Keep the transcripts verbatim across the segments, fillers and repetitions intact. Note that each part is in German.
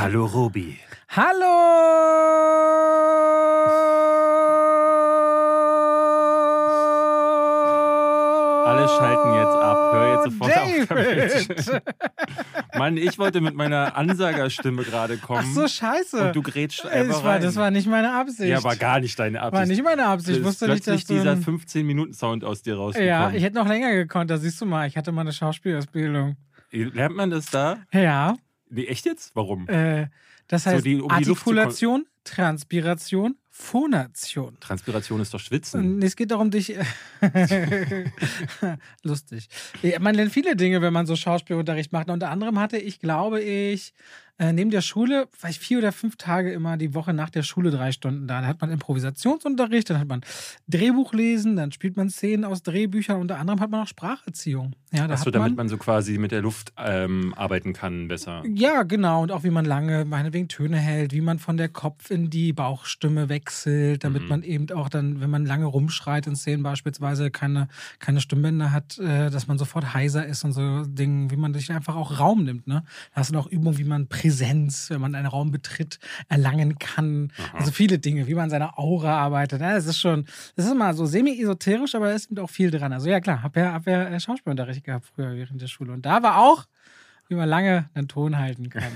Hallo Robi. Hallo! Alle schalten jetzt ab. Hör jetzt sofort David. auf damit. Mann, ich wollte mit meiner Ansagerstimme gerade kommen. Ach so, scheiße. Und du grätschst einfach das war, rein. Das war nicht meine Absicht. Ja, war gar nicht deine Absicht. War nicht meine Absicht. Ich wusste nicht, dass du... dieser fünfzehn-Minuten-Sound aus dir rausgekommen. Ja, ich hätte noch länger gekonnt. Da siehst du mal, ich hatte mal eine Schauspielausbildung. Lernt man das da? Ja. Nee, echt jetzt? Warum? Äh, das heißt So die, um die Artikulation, Transpiration, Phonation. Transpiration ist doch Schwitzen. Nee, es geht darum, dich... Lustig. Man lernt viele Dinge, wenn man so Schauspielunterricht macht. Unter anderem hatte ich, glaube ich, äh, neben der Schule, war ich vier oder fünf Tage immer die Woche nach der Schule drei Stunden da. Da hat man Improvisationsunterricht, dann hat man Drehbuch lesen, dann spielt man Szenen aus Drehbüchern. Unter anderem hat man auch Spracherziehung. Ja, da Achso, hat damit man, man so quasi mit der Luft ähm, arbeiten kann besser. Ja, genau. Und auch wie man lange, meinetwegen Töne hält, wie man von der Kopf in die Bauchstimme wechselt, damit Mhm. man eben auch dann, wenn man lange rumschreit in Szenen beispielsweise, keine, keine Stimmbänder hat, äh, dass man sofort heiser ist und so Dinge, wie man sich einfach auch Raum nimmt. Ne? Da hast du noch Übungen, wie man Präsenz, wenn man einen Raum betritt, erlangen kann. Aha. Also viele Dinge, wie man seine Aura arbeitet. Ja, das ist schon, das ist mal so semi-esoterisch, aber da ist eben auch viel dran. Also ja klar, hab ja, hab ja äh, Schauspielunterricht gehabt früher während der Schule. Und da war auch, wie man lange einen Ton halten kann.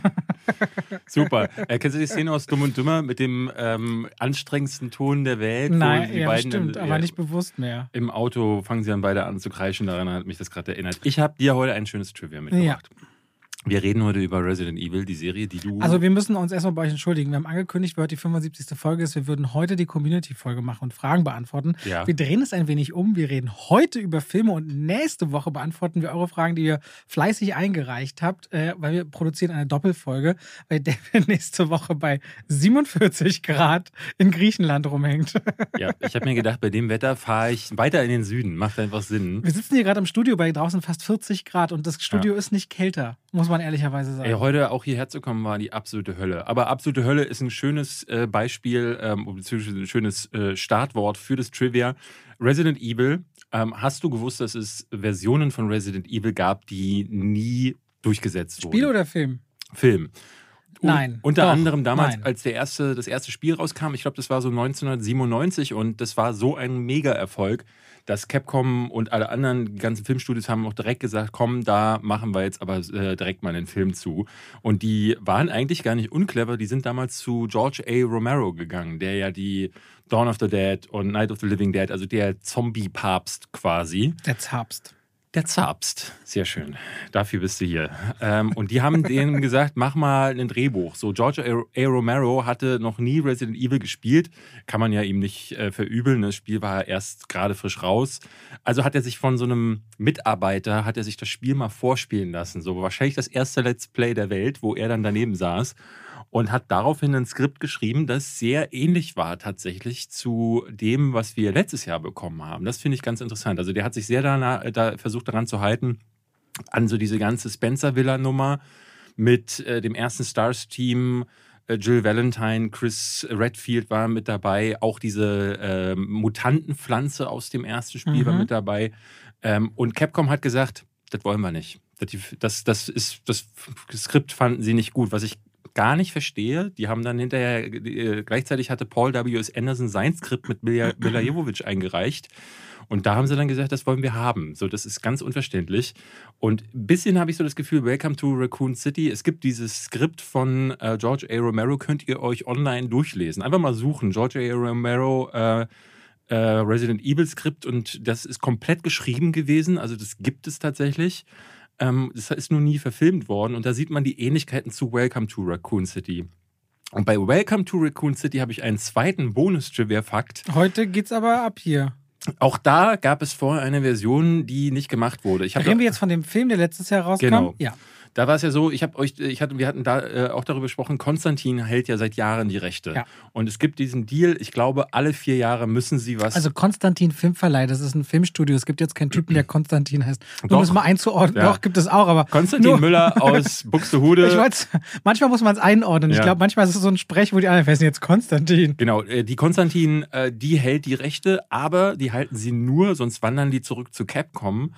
Super. Äh, kennst du die Szene aus Dumm und Dümmer mit dem ähm, anstrengendsten Ton der Welt? Nein, wo die ja, beiden stimmt, in, aber ja, nicht bewusst mehr. im Auto fangen sie dann beide an zu kreischen. Daran hat mich das gerade erinnert. Ich habe dir heute ein schönes Trivia mitgebracht. Ja. Wir reden heute über Resident Evil, die Serie, die du... Also wir müssen uns erstmal bei euch entschuldigen. Wir haben angekündigt, weil heute die fünfundsiebzigste Folge ist, wir würden heute die Community-Folge machen und Fragen beantworten. Ja. Wir drehen es ein wenig um. Wir reden heute über Filme und nächste Woche beantworten wir eure Fragen, die ihr fleißig eingereicht habt, äh, weil wir produzieren eine Doppelfolge, weil der nächste Woche bei siebenundvierzig Grad in Griechenland rumhängt. Ja, ich habe mir gedacht, bei dem Wetter fahre ich weiter in den Süden. Macht einfach Sinn. Wir sitzen hier gerade im Studio bei draußen fast vierzig Grad und das Studio Ja. ist nicht kälter, muss man ehrlicherweise sagen. Ey, heute auch hierher zu kommen, war die absolute Hölle. Aber absolute Hölle ist ein schönes äh, Beispiel, ähm, beziehungsweise ein schönes äh, Startwort für das Trivia. Resident Evil, ähm, hast du gewusst, dass es Versionen von Resident Evil gab, die nie durchgesetzt wurden? Spiel oder Film? Film. Un- Nein. Unter Doch. anderem damals, Nein. als der erste, das erste Spiel rauskam, ich glaube, das war so neunzehnhundertsiebenundneunzig und das war so ein Mega-Erfolg, dass Capcom und alle anderen die ganzen Filmstudios haben auch direkt gesagt, komm, da machen wir jetzt aber äh, direkt mal einen Film zu. Und die waren eigentlich gar nicht unclever, die sind damals zu George A. Romero gegangen, der ja die Dawn of the Dead und Night of the Living Dead, also der Zombie-Papst quasi. Der Zapst. Der Zapst. Sehr schön. Dafür bist du hier. Ähm, und die haben denen gesagt, mach mal ein Drehbuch. So, George A. Romero hatte noch nie Resident Evil gespielt. Kann man ja ihm nicht äh, verübeln. Das Spiel war erst gerade frisch raus. Also hat er sich von so einem Mitarbeiter, hat er sich das Spiel mal vorspielen lassen. So wahrscheinlich das erste Let's Play der Welt, wo er dann daneben saß. Und hat daraufhin ein Skript geschrieben, das sehr ähnlich war tatsächlich zu dem, was wir letztes Jahr bekommen haben. Das finde ich ganz interessant. Also der hat sich sehr danach, da versucht daran zu halten, an so diese ganze Spencer-Villa-Nummer mit äh, dem ersten Stars-Team. Äh, Jill Valentine, Chris Redfield war mit dabei. Auch diese äh, Mutantenpflanze aus dem ersten Spiel Mhm. war mit dabei. Ähm, und Capcom hat gesagt, das wollen wir nicht. Das, das, ist, das Skript fanden sie nicht gut, was ich gar nicht verstehe. Die haben dann hinterher, äh, gleichzeitig hatte Paul W S. Anderson sein Skript mit Mila, Mila Jovovich eingereicht. Und da haben sie dann gesagt, das wollen wir haben. So, das ist ganz unverständlich. Und ein bisschen habe ich so das Gefühl, Welcome to Raccoon City. Es gibt dieses Skript von äh, George A. Romero, könnt ihr euch online durchlesen. Einfach mal suchen. George A. Romero, äh, äh, Resident Evil Skript. Und das ist komplett geschrieben gewesen. Also das gibt es tatsächlich. Das ist nur nie verfilmt worden und da sieht man die Ähnlichkeiten zu Welcome to Raccoon City. Und bei Welcome to Raccoon City habe ich einen zweiten Bonus-Trivia-Fakt. Heute geht's aber ab hier. Auch da gab es vorher eine Version, die nicht gemacht wurde. Ich hab Reden da, wir jetzt von dem Film, der letztes Jahr rauskam? Genau. Ja. Da war es ja so, ich habe euch, ich hatte, wir hatten da äh, auch darüber gesprochen, Konstantin hält ja seit Jahren die Rechte. Ja. Und es gibt diesen Deal, ich glaube, alle vier Jahre müssen sie was. Also Konstantin Filmverleih, das ist ein Filmstudio. Es gibt jetzt keinen Typen, der Konstantin heißt. Nur Doch. um es mal einzuordnen. Ja. Doch, gibt es auch, aber. Konstantin nur, Müller aus Buxtehude. Ich weiß, manchmal muss man es einordnen. Ich Ja. glaube, manchmal ist es so ein Sprech, wo die anderen, wer ist denn jetzt Konstantin? Genau, äh, die Konstantin, äh, die hält die Rechte, aber die halten sie nur, sonst wandern die zurück zu Capcom.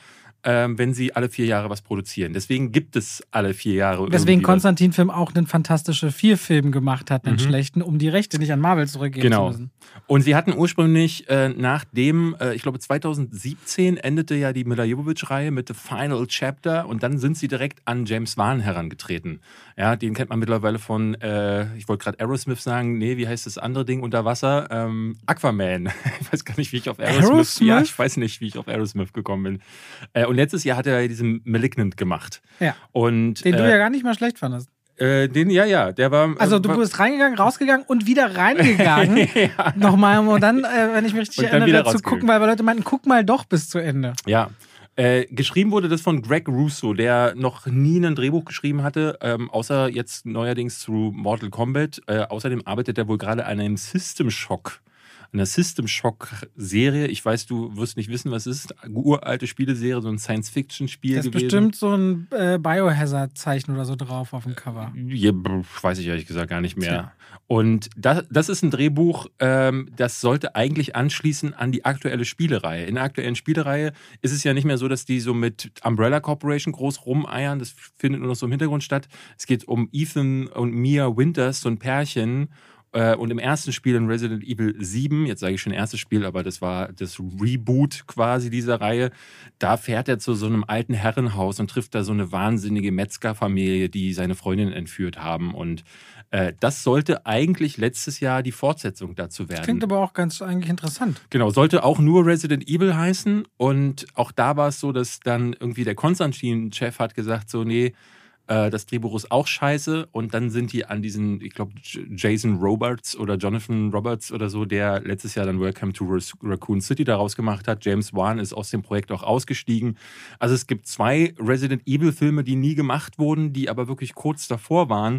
ähm, wenn sie alle vier Jahre was produzieren. Deswegen gibt es alle vier Jahre. Deswegen Konstantin-Film auch einen fantastischen Vier-Film gemacht hat, einen mhm. schlechten, um die Rechte nicht an Marvel zurückgeben genau. zu müssen. Und sie hatten ursprünglich, äh, nachdem, äh, ich glaube zweitausendsiebzehn endete ja die Milla Jovovich-Reihe mit The Final Chapter und dann sind sie direkt an James Wan herangetreten. Ja, den kennt man mittlerweile von, äh, ich wollte gerade Aerosmith sagen, nee, wie heißt das andere Ding unter Wasser? Ähm, Aquaman. Ich weiß gar nicht, wie ich auf Aerosmith, Aerosmith? Ja, ich weiß nicht, wie ich auf Aerosmith gekommen bin. Äh, und letztes Jahr hat er diesen Malignant gemacht. Ja. Und, den äh, du ja gar nicht mal schlecht fandest. Äh, den, ja, ja, der war. Also du war, bist reingegangen, rausgegangen und wieder reingegangen. ja. Nochmal, und dann, äh, wenn ich mich richtig erinnere, zu gucken, weil Leute meinten, guck mal doch bis zu Ende. Ja. Äh, geschrieben wurde das von Greg Russo, der noch nie ein Drehbuch geschrieben hatte, ähm, außer jetzt neuerdings zu Mortal Kombat. Äh, außerdem arbeitet er wohl gerade an einem System Shock. Einer System Shock-Serie. Ich weiß, du wirst nicht wissen, was es ist. Uralte Spieleserie, so ein Science-Fiction-Spiel gewesen. Da ist bestimmt so ein äh, Biohazard-Zeichen oder so drauf auf dem Cover. Ja, weiß ich ehrlich gesagt gar nicht mehr. Ja. Und das, das ist ein Drehbuch, ähm, das sollte eigentlich anschließen an die aktuelle Spielereihe. In der aktuellen Spielereihe ist es ja nicht mehr so, dass die so mit Umbrella Corporation groß rumeiern. Das findet nur noch so im Hintergrund statt. Es geht um Ethan und Mia Winters, so ein Pärchen. Und im ersten Spiel in Resident Evil sieben, jetzt sage ich schon erstes Spiel, aber das war das Reboot quasi dieser Reihe, da fährt er zu so einem alten Herrenhaus und trifft da so eine wahnsinnige Metzgerfamilie, die seine Freundin entführt haben. Und äh, das sollte eigentlich letztes Jahr die Fortsetzung dazu werden. Klingt aber auch ganz eigentlich interessant. Genau, sollte auch nur Resident Evil heißen. Und auch da war es so, dass dann irgendwie der Konstantin-Chef hat gesagt, so nee, das Drehbuch ist auch scheiße und dann sind die an diesen, ich glaube, Jason Roberts oder Jonathan Roberts oder so, der letztes Jahr dann Welcome to Raccoon City daraus gemacht hat. James Wan ist aus dem Projekt auch ausgestiegen. Also es gibt zwei Resident Evil Filme, die nie gemacht wurden, die aber wirklich kurz davor waren.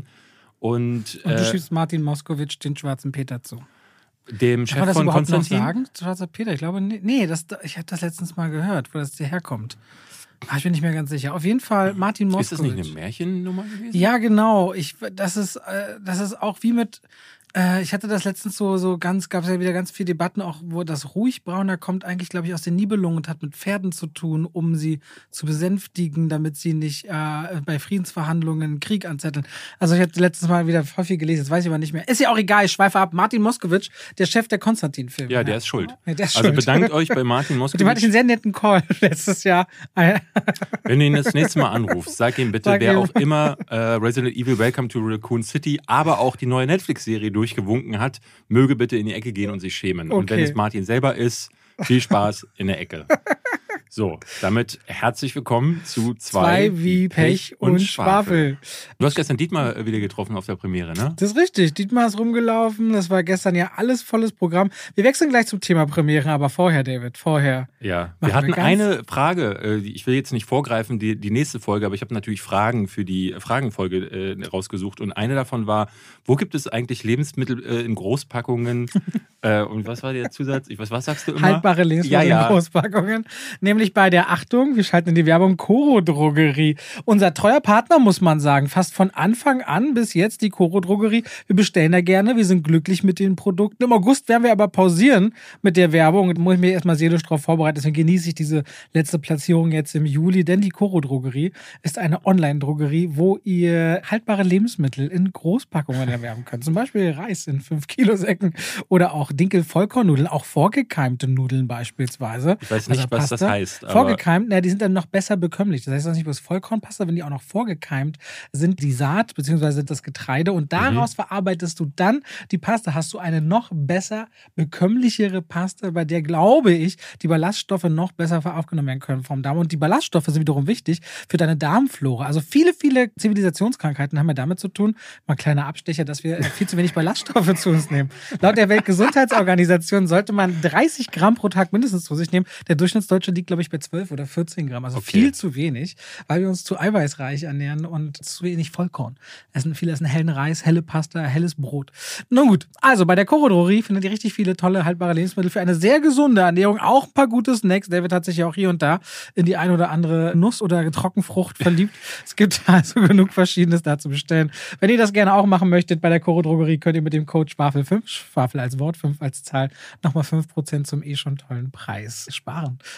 Und, und du äh, schiebst Martin Moskowitsch den Schwarzen Peter zu. Dem Chef Kann man das von überhaupt Konstantin? noch sagen? Schwarzer Peter, ich glaube, nee, nee das, ich habe das letztens mal gehört, wo das herkommt. Ach, ich bin nicht mehr ganz sicher. Auf jeden Fall Martin Moskowitsch. Ist das nicht eine Märchennummer gewesen? Ja, genau. Ich, das, ist, äh, das ist auch wie mit, äh, ich hatte das letztens so, so ganz, gab es ja wieder ganz viele Debatten, auch wo das Ruhigbrauner kommt eigentlich, glaube ich, aus den Nibelungen und hat mit Pferden zu tun, um sie zu besänftigen, damit sie nicht äh, bei Friedensverhandlungen Krieg anzetteln. Also ich hatte letztes Mal wieder voll viel gelesen, das weiß ich aber nicht mehr. Ist ja auch egal, ich schweife ab. Martin Moskowitsch, der Chef der Konstantin-Filme. Ja, der ist schuld. Ja, der ist also schuld. bedankt euch bei Martin Moskowitsch. Mit dem hatte ich einen sehr netten Call letztes Jahr. Wenn du ihn das nächste Mal anrufst, sag ihm bitte, Sag wer ihm. auch immer äh, Resident Evil Welcome to Raccoon City, aber auch die neue Netflix-Serie durchgewunken hat, möge bitte in die Ecke gehen und sich schämen. Okay. Und wenn es Martin selber ist, viel Spaß in der Ecke. So, damit herzlich willkommen zu zwei, Zwei wie Pech und Schwafel. Du hast gestern Dietmar wieder getroffen auf der Premiere, ne? Das ist richtig. Dietmar ist rumgelaufen. Das war gestern ja alles volles Programm. Wir wechseln gleich zum Thema Premiere, aber vorher, David, vorher. Ja, wir hatten wir eine Frage. Ich will jetzt nicht vorgreifen, die, die nächste Folge, aber ich habe natürlich Fragen für die Fragenfolge äh, rausgesucht. Und eine davon war, wo gibt es eigentlich Lebensmittel äh, in Großpackungen? äh, und was war der Zusatz? Ich weiß, was sagst du immer? Haltbare Lebensmittel ja, ja. in Großpackungen. Nämlich bei der Achtung, wir schalten in die Werbung, Coro Drogerie. Unser treuer Partner, muss man sagen, fast von Anfang an bis jetzt die Coro Drogerie. Wir bestellen da gerne, wir sind glücklich mit den Produkten. Im August werden wir aber pausieren mit der Werbung. Da muss ich mich erstmal seelisch drauf vorbereiten. Deswegen genieße ich diese letzte Platzierung jetzt im Juli, denn die Coro Drogerie ist eine Online-Drogerie, wo ihr haltbare Lebensmittel in Großpackungen erwerben könnt. Zum Beispiel Reis in fünf Kilo Säcken oder auch Dinkel-Vollkornnudeln, auch vorgekeimte Nudeln beispielsweise. Ich weiß nicht, also was Pasta. das heißt. Aber Vorgekeimt, na, die sind dann noch besser bekömmlich. Das heißt auch nicht bloß Vollkornpasta, wenn die auch noch vorgekeimt sind, die Saat bzw. das Getreide und daraus mhm. verarbeitest du dann die Pasta. Hast du eine noch besser bekömmlichere Pasta, bei der, glaube ich, die Ballaststoffe noch besser aufgenommen werden können vom Darm. Und die Ballaststoffe sind wiederum wichtig für deine Darmflora. Also viele, viele Zivilisationskrankheiten haben ja damit zu tun, mal ein kleiner Abstecher, dass wir viel zu wenig Ballaststoffe zu uns nehmen. Laut der Weltgesundheitsorganisation sollte man dreißig Gramm pro Tag mindestens zu sich nehmen. Der Durchschnittsdeutsche liegt, glaube ich, bei zwölf oder vierzehn Gramm. Also okay. Viel zu wenig, weil wir uns zu eiweißreich ernähren und zu wenig Vollkorn. Essen, viele essen hellen Reis, helle Pasta, helles Brot. Nun gut, also bei der Coro Drogerie findet ihr richtig viele tolle, haltbare Lebensmittel für eine sehr gesunde Ernährung. Auch ein paar gute Snacks. David hat sich ja auch hier und da in die ein oder andere Nuss- oder Trockenfrucht verliebt. Es gibt also genug Verschiedenes da zu bestellen. Wenn ihr das gerne auch machen möchtet bei der Coro Drogerie, könnt ihr mit dem Code Schwafel fünf, Schwafel als Wort, fünf als Zahl, nochmal fünf Prozent zum eh schon tollen Preis sparen. Dankeschön.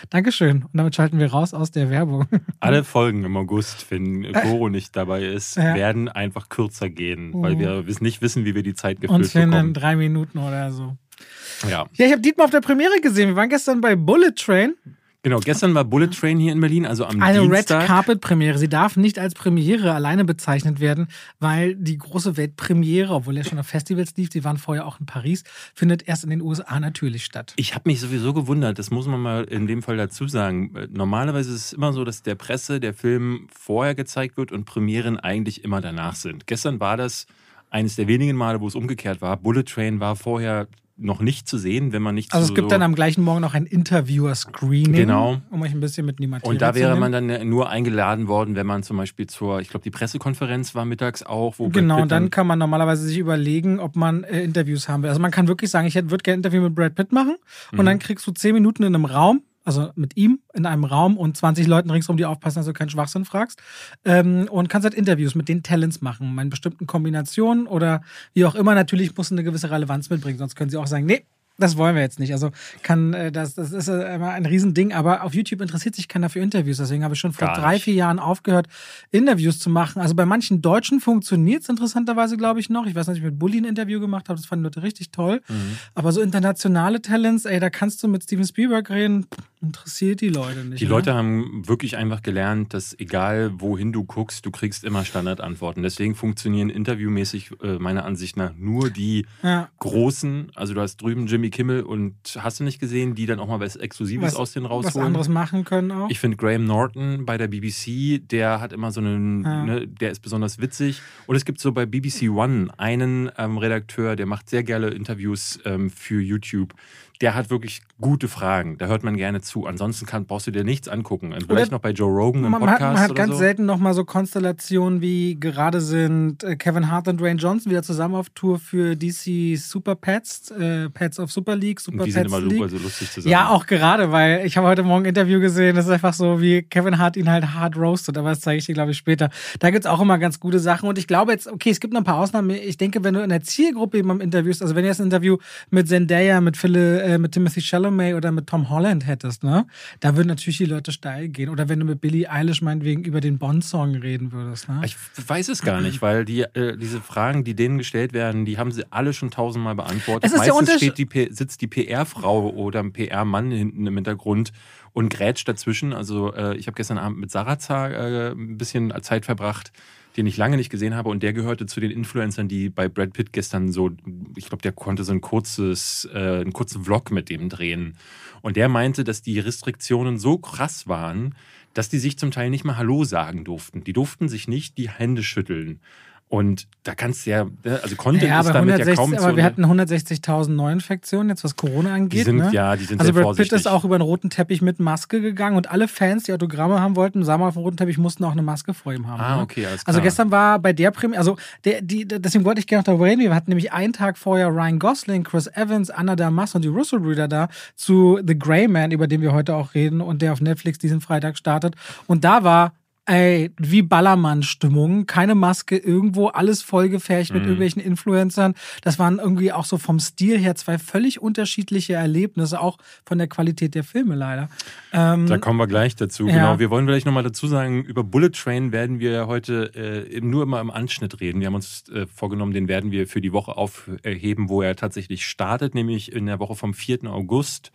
schön. Und damit schalten wir raus aus der Werbung. Alle Folgen im August, wenn Coro nicht dabei ist, Ja. werden einfach kürzer gehen, Oh. weil wir nicht wissen, wie wir die Zeit gefüllt Uns finden bekommen. drei Minuten oder so. Ja. Ja, ich habe Dietmar auf der Premiere gesehen. Wir waren gestern bei Bullet Train. Genau, gestern war Bullet Train hier in Berlin, also am Eine Dienstag. Red Carpet Premiere. Sie darf nicht als Premiere alleine bezeichnet werden, weil die große Weltpremiere, obwohl er schon auf Festivals lief, sie waren vorher auch in Paris, findet erst in den U S A natürlich statt. Ich habe mich sowieso gewundert, das muss man mal in dem Fall dazu sagen. Normalerweise ist es immer so, dass der Presse der Film vorher gezeigt wird und Premieren eigentlich immer danach sind. Gestern war das eines der wenigen Male, wo es umgekehrt war. Bullet Train war vorher noch nicht zu sehen, wenn man nicht Also so, es gibt dann am gleichen Morgen noch ein Interviewer-Screening, Genau. um euch ein bisschen mit in die Materie Und da zu wäre nehmen. man dann nur eingeladen worden, wenn man zum Beispiel zur, ich glaube, die Pressekonferenz war mittags auch, wo Brad Genau, Pitt und dann kann man normalerweise sich überlegen, ob man äh, Interviews haben will. Also man kann wirklich sagen, ich würde gerne ein Interview mit Brad Pitt machen und Mhm. dann kriegst du zehn Minuten in einem Raum, also mit ihm in einem Raum und zwanzig Leuten ringsum, die aufpassen, dass du keinen Schwachsinn fragst. Ähm, und kannst halt Interviews mit den Talents machen, in bestimmten Kombinationen oder wie auch immer. Natürlich muss eine gewisse Relevanz mitbringen, sonst können sie auch sagen, nee, das wollen wir jetzt nicht. Also kann äh, das, das ist äh, immer ein Riesending, aber auf YouTube interessiert sich keiner für Interviews. Deswegen habe ich schon vor Gar drei, nicht. vier Jahren aufgehört, Interviews zu machen. Also bei manchen Deutschen funktioniert es interessanterweise, glaube ich, noch. Ich weiß nicht, ob ich mit Bulli ein Interview gemacht habe, das fanden Leute richtig toll. Mhm. Aber so internationale Talents, ey, da kannst du mit Steven Spielberg reden, pff, interessiert die Leute nicht. Die ne? Leute haben wirklich einfach gelernt, dass egal wohin du guckst, du kriegst immer Standardantworten. Deswegen funktionieren interviewmäßig äh, meiner Ansicht nach nur die Ja. großen. Also du hast drüben Jimmy Kimmel und hast du nicht gesehen, die dann auch mal was Exklusives Was- aus denen Was rausholen. anderes machen können auch. Ich finde Graham Norton bei der B B C, der hat immer so einen, Ja. ne, der ist besonders witzig. Und es gibt so bei B B C One einen ähm, Redakteur, der macht sehr gerne Interviews ähm, für YouTube. Der hat wirklich gute Fragen. Da hört man gerne zu. Ansonsten kann, brauchst du dir nichts angucken. Und vielleicht noch bei Joe Rogan im Man, Podcast man hat, man hat oder ganz so. selten nochmal so Konstellationen wie gerade sind äh, Kevin Hart und Dwayne Johnson wieder zusammen auf Tour für D C Super Pets, äh, Pets of Super League, Super Und die sind Pets immer League. super, so lustig zusammen. Ja, auch gerade, weil ich habe heute Morgen ein Interview gesehen, das ist einfach so, wie Kevin Hart ihn halt hart roastet, aber das zeige ich dir, glaube ich, später. Da gibt es auch immer ganz gute Sachen und ich glaube jetzt, okay, es gibt noch ein paar Ausnahmen. Ich denke, wenn du in der Zielgruppe jemandem interviewst, also wenn du jetzt ein Interview mit Zendaya, mit, Phil, äh, mit Timothy Chalamet oder mit Tom Holland hättest, ne, da würden natürlich die Leute steil gehen. Oder wenn du mit Billie Eilish meinetwegen über den Bond-Song reden würdest, ne? Ich weiß es gar nicht, weil die, äh, diese Fragen, die denen gestellt werden, die haben sie alle schon tausendmal beantwortet. Es ist der Meistens Unterschied- steht die P- sitzt die P R-Frau oder ein P R-Mann hinten im Hintergrund und grätscht dazwischen. Also äh, ich habe gestern Abend mit Sarazar äh, ein bisschen Zeit verbracht, den ich lange nicht gesehen habe und der gehörte zu den Influencern, die bei Brad Pitt gestern so, ich glaube, der konnte so ein kurzes, äh, einen kurzen Vlog mit dem drehen. Und der meinte, dass die Restriktionen so krass waren, dass die sich zum Teil nicht mal Hallo sagen durften. Die durften sich nicht die Hände schütteln. Und da kannst du ja, also Content Ja, ist aber, damit ja kaum hundertsechzig, aber so wir eine- hatten hundertsechzigtausend Neuinfektionen, jetzt was Corona angeht. Die sind, ne? ja, die sind Also sehr Brad Pitt vorsichtig. ist auch über den roten Teppich mit Maske gegangen und alle Fans, die Autogramme haben wollten, sagen wir auf dem roten Teppich, mussten auch eine Maske vor ihm haben. Ah, ne? okay, alles klar. Also gestern war bei der Premiere, also der, die, deswegen wollte ich gerne noch darüber reden, wir hatten nämlich einen Tag vorher Ryan Gosling, Chris Evans, Anna de Armas und die Russo-Brüder da zu The Grey Man, über den wir heute auch reden und der auf Netflix diesen Freitag startet. Und da war ey, wie Ballermann-Stimmung, keine Maske irgendwo, alles vollgefärbt mit Mhm. irgendwelchen Influencern. Das waren irgendwie auch so vom Stil her zwei völlig unterschiedliche Erlebnisse, auch von der Qualität der Filme leider. Ähm, Da kommen wir gleich dazu. Ja. Genau, wir wollen vielleicht nochmal dazu sagen, über Bullet Train werden wir heute äh, nur immer im Anschnitt reden. Wir haben uns äh, vorgenommen, den werden wir für die Woche aufheben, wo er tatsächlich startet, nämlich in der Woche vom vierten August.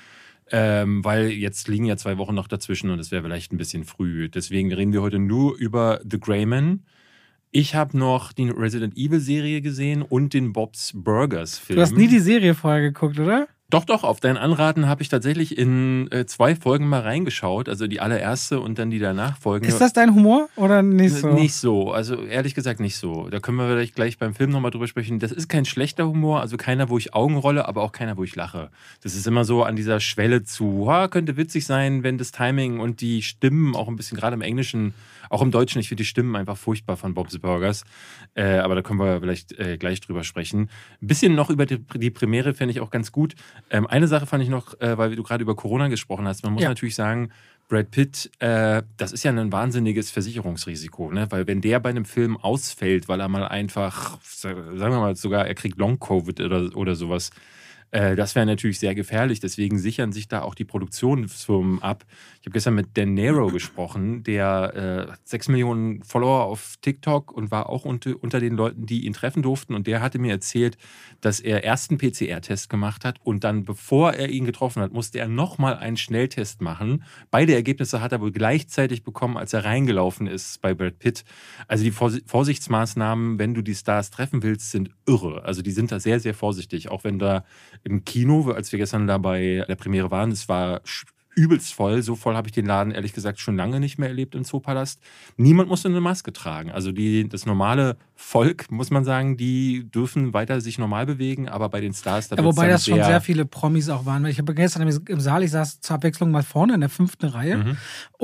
Ähm, weil jetzt liegen ja zwei Wochen noch dazwischen und es wäre vielleicht ein bisschen früh. Deswegen reden wir heute nur über The Grey Man. Ich habe noch die Resident Evil Serie gesehen und den Bob's Burgers Film. du hast nie die Serie vorher geguckt, oder? Doch, doch, auf dein Anraten habe ich tatsächlich in äh, zwei Folgen mal reingeschaut. Also die allererste und dann die danach folgende. Ist das dein Humor oder nicht so? Nicht so, also ehrlich gesagt nicht so. Da können wir vielleicht gleich beim Film nochmal drüber sprechen. Das ist kein schlechter Humor, also keiner, wo ich Augen rolle, aber auch keiner, wo ich lache. Das ist immer so an dieser Schwelle zu, ha, könnte witzig sein, wenn das Timing und die Stimmen auch ein bisschen, gerade im Englischen, auch im Deutschen, ich finde die Stimmen einfach furchtbar von Bob's Burgers. Äh, aber da können wir vielleicht äh, gleich drüber sprechen. Ein bisschen noch über die, die Premiere fände ich auch ganz gut. Ähm, eine Sache fand ich noch, äh, weil du gerade über Corona gesprochen hast. Man muss Ja. natürlich sagen, Brad Pitt, äh, das ist ja ein wahnsinniges Versicherungsrisiko, ne? Weil wenn der bei einem Film ausfällt, weil er mal einfach, sagen wir mal sogar, er kriegt Long-Covid oder, oder sowas, Äh, das wäre natürlich sehr gefährlich. Deswegen sichern sich da auch die Produktionsfirmen ab. Ich habe gestern mit Dan Nero gesprochen, der äh, hat sechs Millionen Follower auf TikTok und war auch unter, unter den Leuten, die ihn treffen durften. Und der hatte mir erzählt, dass er erst einen P C R-Test gemacht hat und dann, bevor er ihn getroffen hat, musste er nochmal einen Schnelltest machen. Beide Ergebnisse hat er wohl gleichzeitig bekommen, als er reingelaufen ist bei Brad Pitt. Also die Vorsichtsmaßnahmen, wenn du die Stars treffen willst, sind irre. Also die sind da sehr, sehr vorsichtig. Auch wenn da im Kino, als wir gestern da bei der Premiere waren, es war übelst voll. So voll habe ich den Laden ehrlich gesagt schon lange nicht mehr erlebt im Zoopalast. Niemand musste eine Maske tragen. Also die, das normale Volk, muss man sagen, die dürfen weiter sich normal bewegen, aber bei den Stars... Da ja, wobei das schon sehr viele Promis auch waren. Ich habe gestern im Saal, ich saß zur Abwechslung mal vorne in der fünften Reihe mhm.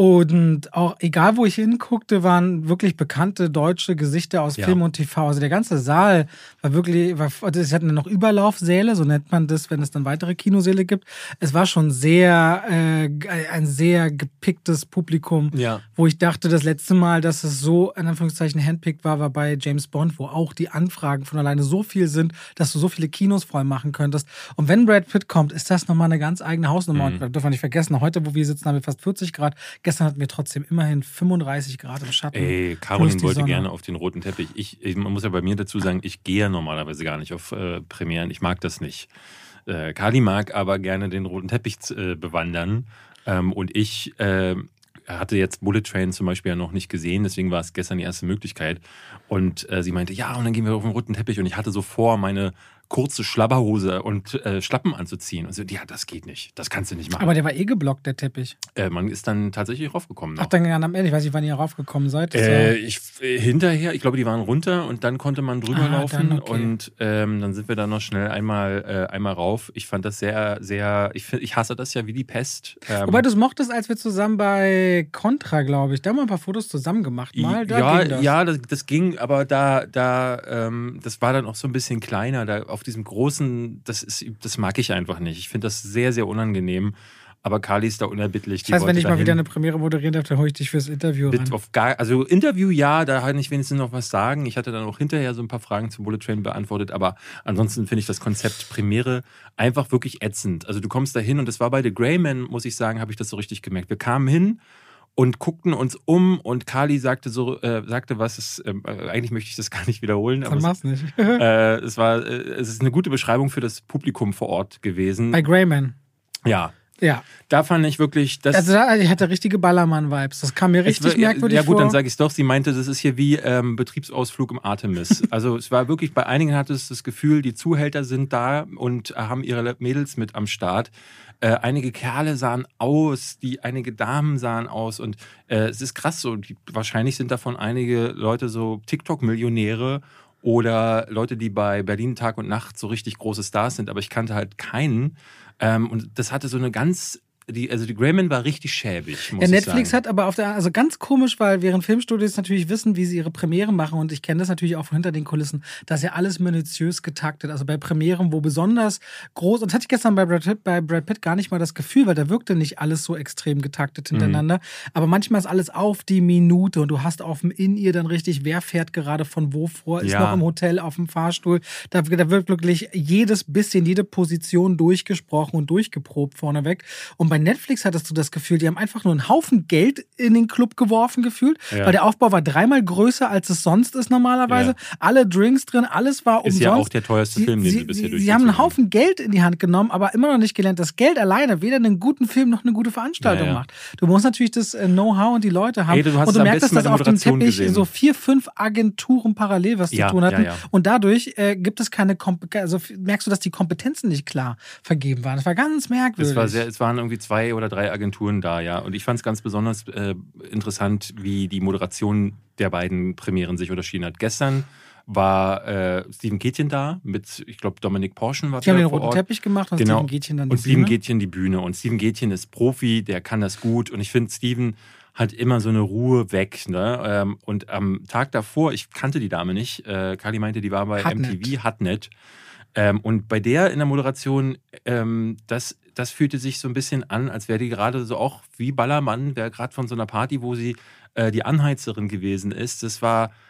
und auch egal, wo ich hinguckte, waren wirklich bekannte deutsche Gesichter aus ja. Film und T V. Also der ganze Saal war wirklich... War, es hatten noch Überlaufsäle, so nennt man das, wenn es dann weitere Kinosäle gibt. Es war schon sehr... Äh, ein sehr gepicktes Publikum, ja. wo ich dachte, das letzte Mal, dass es so in Anführungszeichen handpickt war, war bei James Bond, wo auch die Anfragen von alleine so viel sind, dass du so viele Kinos voll machen könntest. Und wenn Brad Pitt kommt, ist das nochmal eine ganz eigene Hausnummer. Mhm. Und dürfen wir nicht vergessen, heute, wo wir sitzen, haben wir fast vierzig Grad. Gestern hatten wir trotzdem immerhin fünfunddreißig Grad im Schatten. Ey, Caroline wollte Sonne. gerne auf den roten Teppich. Ich, ich, man muss ja bei mir dazu sagen, ich gehe normalerweise gar nicht auf äh, Premieren. Ich mag das nicht. Äh, Kali mag aber gerne den roten Teppich äh, bewandern. Ähm, und ich äh, hatte jetzt Bullet Train zum Beispiel ja noch nicht gesehen, deswegen war es gestern die erste Möglichkeit. Und äh, sie meinte, ja, und dann gehen wir auf den roten Teppich. Und ich hatte so vor, meine kurze Schlabberhose und äh, Schlappen anzuziehen. Und so, ja, das geht nicht. Das kannst du nicht machen. Aber der war eh geblockt, der Teppich. Äh, man ist dann tatsächlich raufgekommen. Noch. Ach, dann am Ende. Ich weiß nicht, wann ihr raufgekommen seid. Äh, ich, äh, hinterher, ich glaube, die waren runter und dann konnte man drüber ah, laufen. Dann okay. Und ähm, dann sind wir da noch schnell einmal, äh, einmal rauf. Ich fand das sehr, sehr, ich, find, ich hasse das ja wie die Pest. Ähm, Wobei du es mochtest, als wir zusammen bei Contra, glaube ich, da haben wir ein paar Fotos zusammen gemacht. Mal, da ja, ging das. ja, das, das ging, aber da, da ähm, das war dann auch so ein bisschen kleiner. Da auf diesem großen Das, ist, das mag ich einfach nicht. Ich finde das sehr, sehr unangenehm. Aber Kali ist da unerbittlich. Das heißt, wenn ich mal wieder eine Premiere moderieren darf, dann hole ich dich fürs Interview ran. Auf gar, also Interview ja, da kann ich wenigstens noch was sagen. Ich hatte dann auch hinterher so ein paar Fragen zu Bullet Train beantwortet. Aber ansonsten finde ich das Konzept Premiere einfach wirklich ätzend. Also du kommst da hin und das war bei The Gray Man, muss ich sagen, habe ich das so richtig gemerkt. Wir kamen hin und guckten uns um und Kali sagte so, äh, sagte was, es, äh, eigentlich möchte ich das gar nicht wiederholen. Dann mach's nicht. äh, es war, äh, es ist eine gute Beschreibung für das Publikum vor Ort gewesen. Bei Greyman. Ja. Ja. Da fand ich wirklich, das. Also da, ich hatte richtige Ballermann-Vibes. Das kam mir richtig war, merkwürdig vor. Ja gut, vor. dann sage ich es doch. Sie meinte, das ist hier wie ähm, Betriebsausflug im Artemis. Also es war wirklich, bei einigen hatte es das Gefühl, die Zuhälter sind da und äh, haben ihre Mädels mit am Start. Äh, einige Kerle sahen aus, die einige Damen sahen aus und äh, es ist krass so. Die, wahrscheinlich sind davon einige Leute so TikTok-Millionäre oder Leute, die bei Berlin Tag und Nacht so richtig große Stars sind, aber ich kannte halt keinen. Ähm, und das hatte so eine ganz, die, also die Greyman war richtig schäbig, muss ja, ich Netflix sagen. hat aber auf der, also ganz komisch, weil während Filmstudios natürlich wissen, wie sie ihre Premieren machen und ich kenne das natürlich auch von hinter den Kulissen, da ist ja alles minutiös getaktet. Also bei Premieren, wo besonders groß, und das hatte ich gestern bei Brad Pitt, bei Brad Pitt gar nicht mal das Gefühl, weil da wirkte nicht alles so extrem getaktet hintereinander. Mhm. Aber manchmal ist alles auf die Minute und du hast auf dem In-Ear dann richtig, wer fährt gerade von wo vor, ist ja. noch im Hotel, auf dem Fahrstuhl. Da, da wird wirklich jedes bisschen, jede Position durchgesprochen und durchgeprobt vorneweg. Und bei Netflix hattest du das Gefühl, die haben einfach nur einen Haufen Geld in den Club geworfen gefühlt, ja. weil der Aufbau war dreimal größer, als es sonst ist normalerweise. Ja. Alle Drinks drin, alles war umsonst. Ist ja auch der teuerste Film, den sie, sie bisher durchgezogen haben. Sie haben einen Haufen Geld in die Hand genommen, aber immer noch nicht gelernt, dass Geld alleine weder einen guten Film noch eine gute Veranstaltung ja, ja. macht. Du musst natürlich das Know-how und die Leute haben. Ey, du hast und du merkst, dass auf dem Teppich gesehen. so vier, fünf Agenturen parallel was ja, zu tun hatten. Ja, ja. Und dadurch äh, gibt es keine, Komp- also merkst du, dass die Kompetenzen nicht klar vergeben waren. Das war ganz merkwürdig. Es, war sehr, es waren irgendwie zwei oder drei Agenturen da, ja. Und ich fand es ganz besonders äh, interessant, wie die Moderation der beiden Premieren sich unterschieden hat. Gestern war äh, Steven Gätjen da mit, ich glaube, Dominik Porschen war die haben den vor roten Ort. Teppich gemacht und genau. Steven Gätjen dann die und Steven Bühne. Gätjen die Bühne. Und Steven Gätjen ist Profi, der kann das gut. Und ich finde, Steven hat immer so eine Ruhe weg. Ne? Und am Tag davor, ich kannte die Dame nicht, äh, Kali meinte, die war bei Hartnett. M T V, Hartnett. Ähm, und bei der in der Moderation, ähm, das, das fühlte sich so ein bisschen an, als wäre die gerade so auch wie Ballermann, wäre gerade von so einer Party, wo sie äh, die Anheizerin gewesen ist. Das war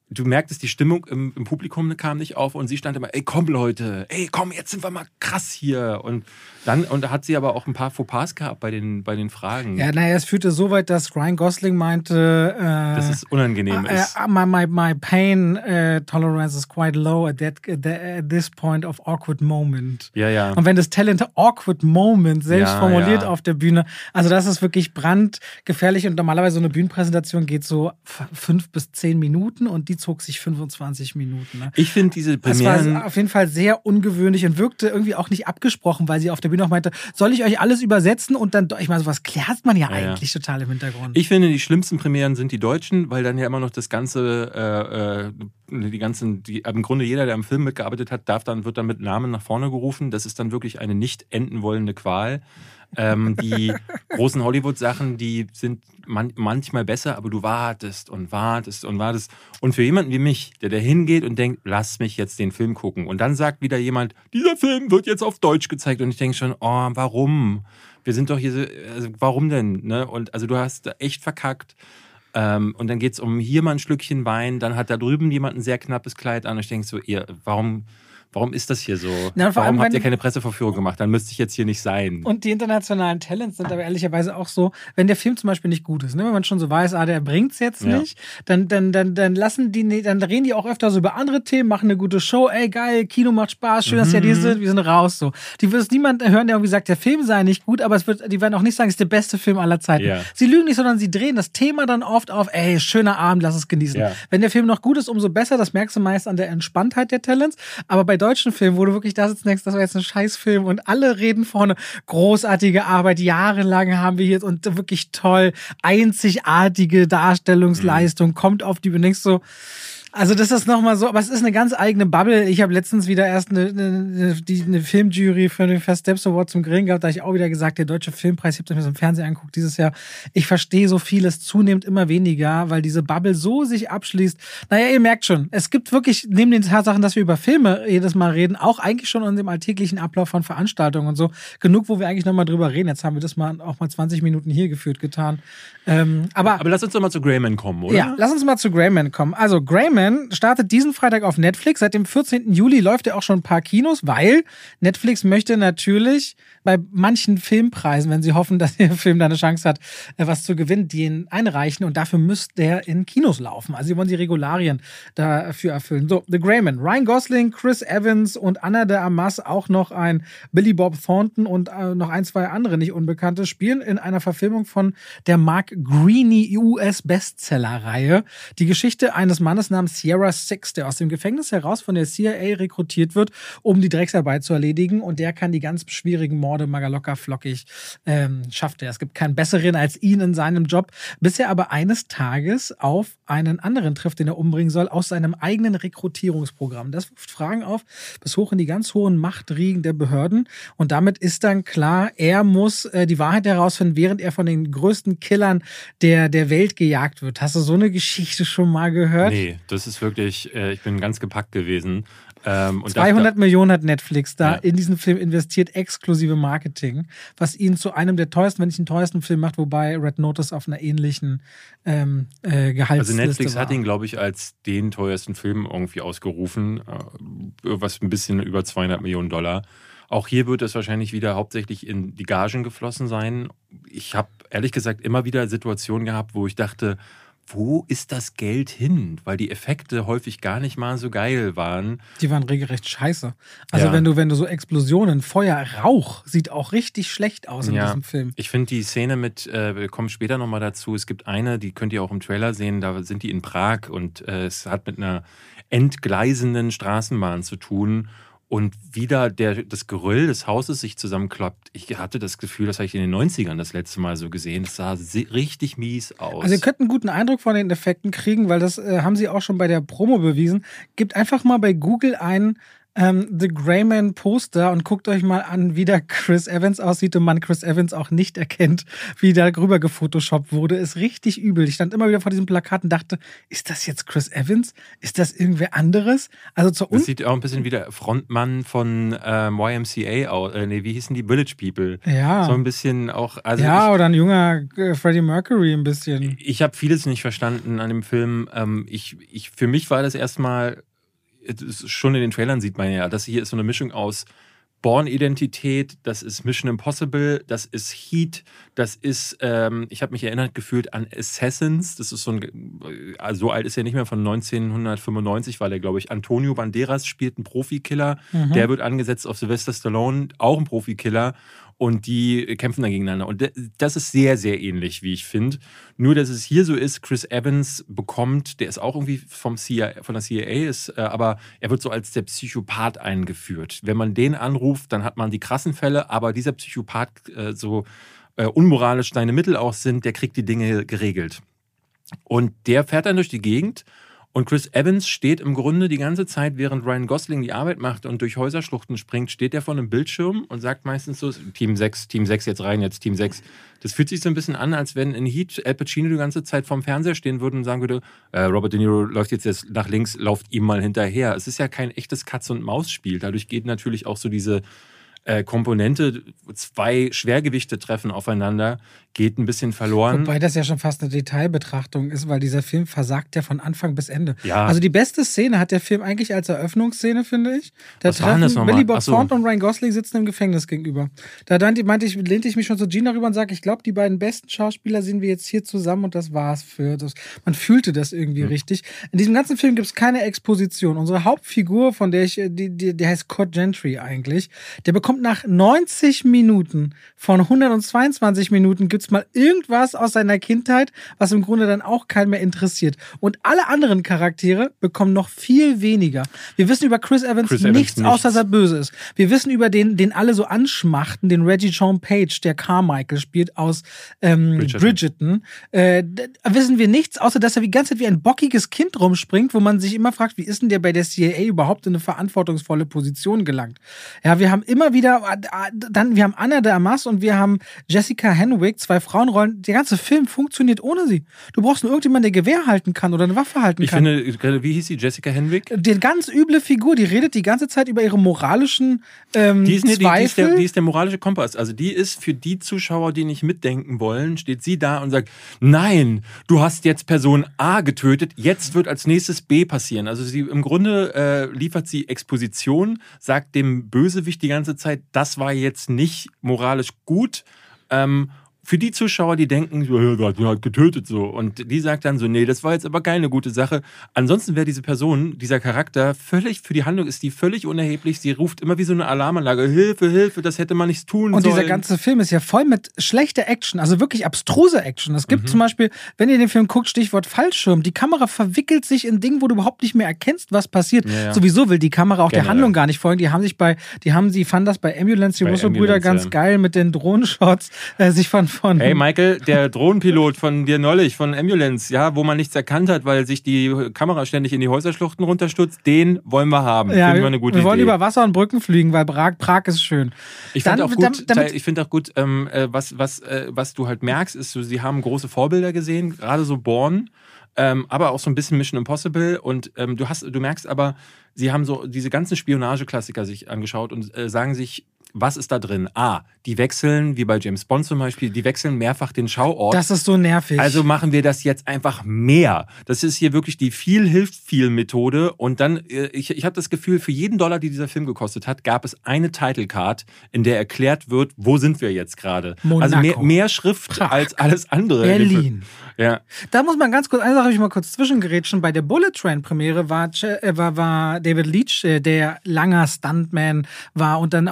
du merktest, die Stimmung im, im Publikum kam nicht auf und sie stand immer, ey, komm Leute, ey, komm, jetzt sind wir mal krass hier. Und dann und da hat sie aber auch ein paar Fauxpas gehabt bei den, bei den Fragen. Ja, naja, es führte so weit, dass Ryan Gosling meinte, äh, dass es unangenehm äh, ist. Uh, my, my, my pain uh, tolerance is quite low at, that, at this point of awkward moment. Ja, ja. Und wenn das Talent awkward moment selbst Ja, formuliert ja. auf der Bühne, also das ist wirklich brandgefährlich und normalerweise so eine Bühnenpräsentation geht so f- fünf bis zehn Minuten und die zog sich fünfundzwanzig Minuten. Ne? Ich finde diese Das Premieren... war auf jeden Fall sehr ungewöhnlich und wirkte irgendwie auch nicht abgesprochen, weil sie auf der Bühne auch meinte, soll ich euch alles übersetzen und dann, ich meine, sowas klärt man ja, Ja, eigentlich ja. total im Hintergrund. Ich finde, die schlimmsten Premieren sind die Deutschen, weil dann ja immer noch das ganze, äh, äh, die ganzen, die, im Grunde jeder, der am Film mitgearbeitet hat, darf dann, wird dann mit Namen nach vorne gerufen. Das ist dann wirklich eine nicht enden wollende Qual. Ähm, die großen Hollywood-Sachen, die sind man, manchmal besser, aber du wartest und wartest und wartest. Und für jemanden wie mich, der da hingeht und denkt, lass mich jetzt den Film gucken. Und dann sagt wieder jemand, dieser Film wird jetzt auf Deutsch gezeigt. Und ich denke schon, oh, warum? Wir sind doch hier so, also warum denn? Ne? Und also du hast da echt verkackt. Ähm, und dann geht es um hier mal ein Schlückchen Wein, dann hat da drüben jemand ein sehr knappes Kleid an. Und ich denke so, ihr, warum... Warum ist das hier so? Na, vor Warum allem, habt ihr wenn- keine Presseverführung gemacht? Dann müsste ich jetzt hier nicht sein. Und die internationalen Talents sind aber ehrlicherweise auch so, wenn der Film zum Beispiel nicht gut ist, ne? Wenn man schon so weiß, ah, der bringt's jetzt Ja. nicht, dann, dann, dann, dann lassen die, dann reden die auch öfter so über andere Themen, machen eine gute Show, ey, geil, Kino macht Spaß, schön, dass ja die sind, wir sind raus, so. Die wird es niemand hören, der irgendwie sagt, der Film sei nicht gut, aber es wird, die werden auch nicht sagen, es ist der beste Film aller Zeiten. Ja. Sie lügen nicht, sondern sie drehen das Thema dann oft auf, ey, schöner Abend, lass es genießen. Ja. Wenn der Film noch gut ist, umso besser, das merkst du meist an der Entspanntheit der Talents, aber bei deutschen Filmen, wo du wirklich da sitzt und denkst, das war jetzt ein Scheißfilm und alle reden vorne, großartige Arbeit, jahrelang haben wir hier und wirklich toll, einzigartige Darstellungsleistung, mhm. kommt auf die, du denkst so, also das ist nochmal so, aber es ist eine ganz eigene Bubble. Ich habe letztens wieder erst eine, eine, die, eine Filmjury für den First Steps Award zum Grillen gehabt, da habe ich auch wieder gesagt, der Deutsche Filmpreis, ich habe das mir so im Fernsehen angeguckt dieses Jahr, ich verstehe so vieles zunehmend immer weniger, weil diese Bubble so sich abschließt. Naja, ihr merkt schon, es gibt wirklich, neben den Tatsachen, dass wir über Filme jedes Mal reden, auch eigentlich schon in dem alltäglichen Ablauf von Veranstaltungen und so, genug, wo wir eigentlich nochmal drüber reden. Jetzt haben wir das mal auch mal zwanzig Minuten hier geführt getan. Ähm, aber, aber lass uns doch mal zu Greyman kommen, oder? Ja, lass uns mal zu Greyman kommen. Also Greyman startet diesen Freitag auf Netflix. Seit dem vierzehnten Juli läuft er auch schon ein paar Kinos, weil Netflix möchte natürlich bei manchen Filmpreisen, wenn sie hoffen, dass ihr Film da eine Chance hat, was zu gewinnen, den einreichen und dafür müsste der in Kinos laufen. Also sie wollen die Regularien dafür erfüllen. So, The Greyman. Ryan Gosling, Chris Evans und Anna de Armas, auch noch ein Billy Bob Thornton und äh, noch ein, zwei andere nicht Unbekannte, spielen in einer Verfilmung von der Mark Greene U S-Bestseller-Reihe. Die Geschichte eines Mannes namens Sierra Six, der aus dem Gefängnis heraus von der C I A rekrutiert wird, um die Drecksarbeit zu erledigen und der kann die ganz schwierigen Morde magalocker flockig ähm, schafft er. Es gibt keinen besseren als ihn in seinem Job, bis er aber eines Tages auf einen anderen trifft, den er umbringen soll, aus seinem eigenen Rekrutierungsprogramm. Das wirft Fragen auf, bis hoch in die ganz hohen Machtriegen der Behörden und damit ist dann klar, er muss äh, die Wahrheit herausfinden, während er von den größten Killern der, der Welt gejagt wird. Hast du so eine Geschichte schon mal gehört? Nee, das ist wirklich, äh, ich bin ganz gepackt gewesen. Ähm, und zweihundert dachte, Millionen hat Netflix da ja. in diesen Film investiert, exklusive Marketing, was ihn zu einem der teuersten, wenn nicht den teuersten Film macht, wobei Red Notice auf einer ähnlichen ähm, äh, Gehaltsliste Also Netflix war. hat ihn, glaube ich, als den teuersten Film irgendwie ausgerufen, äh, was ein bisschen über zweihundert Millionen Dollar. Auch hier wird es wahrscheinlich wieder hauptsächlich in die Gagen geflossen sein. Ich habe ehrlich gesagt immer wieder Situationen gehabt, wo ich dachte, wo ist das Geld hin? Weil die Effekte häufig gar nicht mal so geil waren. Die waren regelrecht scheiße. Also Ja. wenn du, wenn du so Explosionen, Feuer, Rauch, sieht auch richtig schlecht aus in Ja. diesem Film. Ich finde die Szene mit, äh, wir kommen später nochmal dazu, es gibt eine, die könnt ihr auch im Trailer sehen, da sind die in Prag und äh, es hat mit einer entgleisenden Straßenbahn zu tun. Und wieder der, das Geröll des Hauses sich zusammenklappt. Ich hatte das Gefühl, das habe ich in den neunzigern das letzte Mal so gesehen. Das sah se- richtig mies aus. Also ihr könnt einen guten Eindruck von den Effekten kriegen, weil das äh, haben sie auch schon bei der Promo bewiesen. Gebt einfach mal bei Google ein ähm, The Greyman Poster und guckt euch mal an, wie der Chris Evans aussieht und man Chris Evans auch nicht erkennt, wie da rüber gefotoshoppt wurde. Ist richtig übel. Ich stand immer wieder vor diesem Plakat und dachte, ist das jetzt Chris Evans? Ist das irgendwer anderes? Also zur Das sieht auch ein bisschen wie der Frontmann von ähm, Y M C A aus. Äh, nee, wie hießen die? Village People. Ja. So ein bisschen auch. Also ja, ich, oder ein junger äh, Freddie Mercury ein bisschen. Ich habe vieles nicht verstanden an dem Film. Ähm, ich, ich, für mich war das erstmal, schon in den Trailern sieht man ja, das hier ist so eine Mischung aus Bourne-Identität, das ist Mission Impossible, das ist Heat, das ist, ähm, ich habe mich erinnert gefühlt an Assassins, das ist so ein, also so alt ist er nicht mehr, von neunzehnhundertfünfundneunzig war der, glaube ich. Antonio Banderas spielt einen Profikiller, mhm. der wird angesetzt auf Sylvester Stallone, auch ein Profikiller. Und die kämpfen dann gegeneinander. Und das ist sehr, sehr ähnlich, wie ich finde. Nur, dass es hier so ist, Chris Evans bekommt, der ist auch irgendwie vom C I A, von der C I A, ist, äh, aber er wird so als der Psychopath eingeführt. Wenn man den anruft, dann hat man die krassen Fälle, aber dieser Psychopath, äh, so äh, unmoralisch seine Mittel auch sind, der kriegt die Dinge geregelt. Und der fährt dann durch die Gegend. Und Chris Evans steht im Grunde die ganze Zeit, während Ryan Gosling die Arbeit macht und durch Häuserschluchten springt, steht er vor einem Bildschirm und sagt meistens so, Team sechs, Team sechs jetzt rein, jetzt Team sechs. Das fühlt sich so ein bisschen an, als wenn in Heat Al Pacino die ganze Zeit vorm Fernseher stehen würde und sagen würde, äh, Robert De Niro läuft jetzt, jetzt nach links, lauft ihm mal hinterher. Es ist ja kein echtes Katz-und-Maus-Spiel. Dadurch geht natürlich auch so diese äh, Komponente, zwei Schwergewichte treffen aufeinander, geht ein bisschen verloren. Wobei das ja schon fast eine Detailbetrachtung ist, weil dieser Film versagt ja von Anfang bis Ende. Ja. Also die beste Szene hat der Film eigentlich als Eröffnungsszene, finde ich. Da Was waren das treffen nochmal? Billy Bob Ach so. Thornton und Ryan Gosling sitzen im Gefängnis gegenüber. Da dann, meinte ich, lehnte ich mich schon zu Gina rüber und sage, ich glaube, die beiden besten Schauspieler sehen wir jetzt hier zusammen und das war's für das. Man fühlte das irgendwie mhm. richtig. In diesem ganzen Film gibt es keine Exposition. Unsere Hauptfigur, von der ich, die, die, die heißt Cord Gentry eigentlich, der bekommt nach neunzig Minuten von hundertzweiundzwanzig Minuten gibt's mal irgendwas aus seiner Kindheit, was im Grunde dann auch keinen mehr interessiert. Und alle anderen Charaktere bekommen noch viel weniger. Wir wissen über Chris Evans, Chris nichts, Evans nichts, außer dass er böse ist. Wir wissen über den, den alle so anschmachten, den Reggie Jean Page, der Carmichael spielt aus ähm, Bridgerton. Bridgerton. Äh, wissen wir nichts, außer dass er die ganze Zeit wie ein bockiges Kind rumspringt, wo man sich immer fragt, wie ist denn der bei der C I A überhaupt in eine verantwortungsvolle Position gelangt? Ja, wir haben immer wieder, dann, wir haben Anna de Armas und wir haben Jessica Henwick, zwei Frauenrollen. Der ganze Film funktioniert ohne sie. Du brauchst nur irgendjemanden, der Gewehr halten kann oder eine Waffe halten ich kann. Ich finde, wie hieß sie, Jessica Henwick? Die ganz üble Figur, die redet die ganze Zeit über ihre moralischen ähm, die ist, ne, Zweifel. Die, die, ist der, die ist der moralische Kompass. Also die ist für die Zuschauer, die nicht mitdenken wollen, steht sie da und sagt, nein, du hast jetzt Person A getötet, jetzt wird als nächstes B passieren. Also sie im Grunde äh, liefert sie Exposition, sagt dem Bösewicht die ganze Zeit, das war jetzt nicht moralisch gut. Ähm, für die Zuschauer, die denken, die hat getötet so. Und die sagt dann so, nee, das war jetzt aber keine gute Sache. Ansonsten wäre diese Person, dieser Charakter, völlig, für die Handlung ist die völlig unerheblich. Sie ruft immer wie so eine Alarmanlage, Hilfe, Hilfe, das hätte man nicht tun Und sollen. dieser ganze Film ist ja voll mit schlechter Action, also wirklich abstruser Action. Es gibt mhm. zum Beispiel, wenn ihr den Film guckt, Stichwort Fallschirm, die Kamera verwickelt sich in Dingen, wo du überhaupt nicht mehr erkennst, was passiert. Ja, ja. Sowieso will die Kamera auch Generell. der Handlung gar nicht folgen. Die haben sich bei, die haben, sie fanden das bei Ambulance, die Russo-Brüder ganz ja. geil mit den Drohnenshots, äh, sich von, von... Hey Michael, der Drohnenpilot von dir neulich, von Ambulance, ja, wo man nichts erkannt hat, weil sich die Kamera ständig in die Häuserschluchten runterstürzt, den wollen wir haben. Ja, Finden wir eine gute wir wollen Idee. über Wasser und Brücken fliegen, weil Prag, Prag ist schön. Ich finde auch gut, damit, ich find auch gut ähm, was, was, äh, was du halt merkst, ist, so, sie haben große Vorbilder gesehen, gerade so Bourne, ähm, aber auch so ein bisschen Mission Impossible und ähm, du, hast, du merkst aber, sie haben so diese ganzen Spionageklassiker sich angeschaut und äh, sagen sich, was ist da drin? A, die wechseln, wie bei James Bond zum Beispiel, die wechseln mehrfach den Schauort. Das ist so nervig. Also machen wir das jetzt einfach mehr. Das ist hier wirklich die Viel-Hilft-Viel-Methode. Und dann, ich, ich habe das Gefühl, für jeden Dollar, die dieser Film gekostet hat, gab es eine Title-Card, in der erklärt wird, wo sind wir jetzt gerade. Also mehr, mehr Schrift Prag. als alles andere. Berlin. Ja. Da muss man ganz kurz, eine Sache habe ich mal kurz zwischengerätschen. Bei der Bullet Train Premiere war, war, war David Leitch, der langer Stuntman war und dann auch ab und zu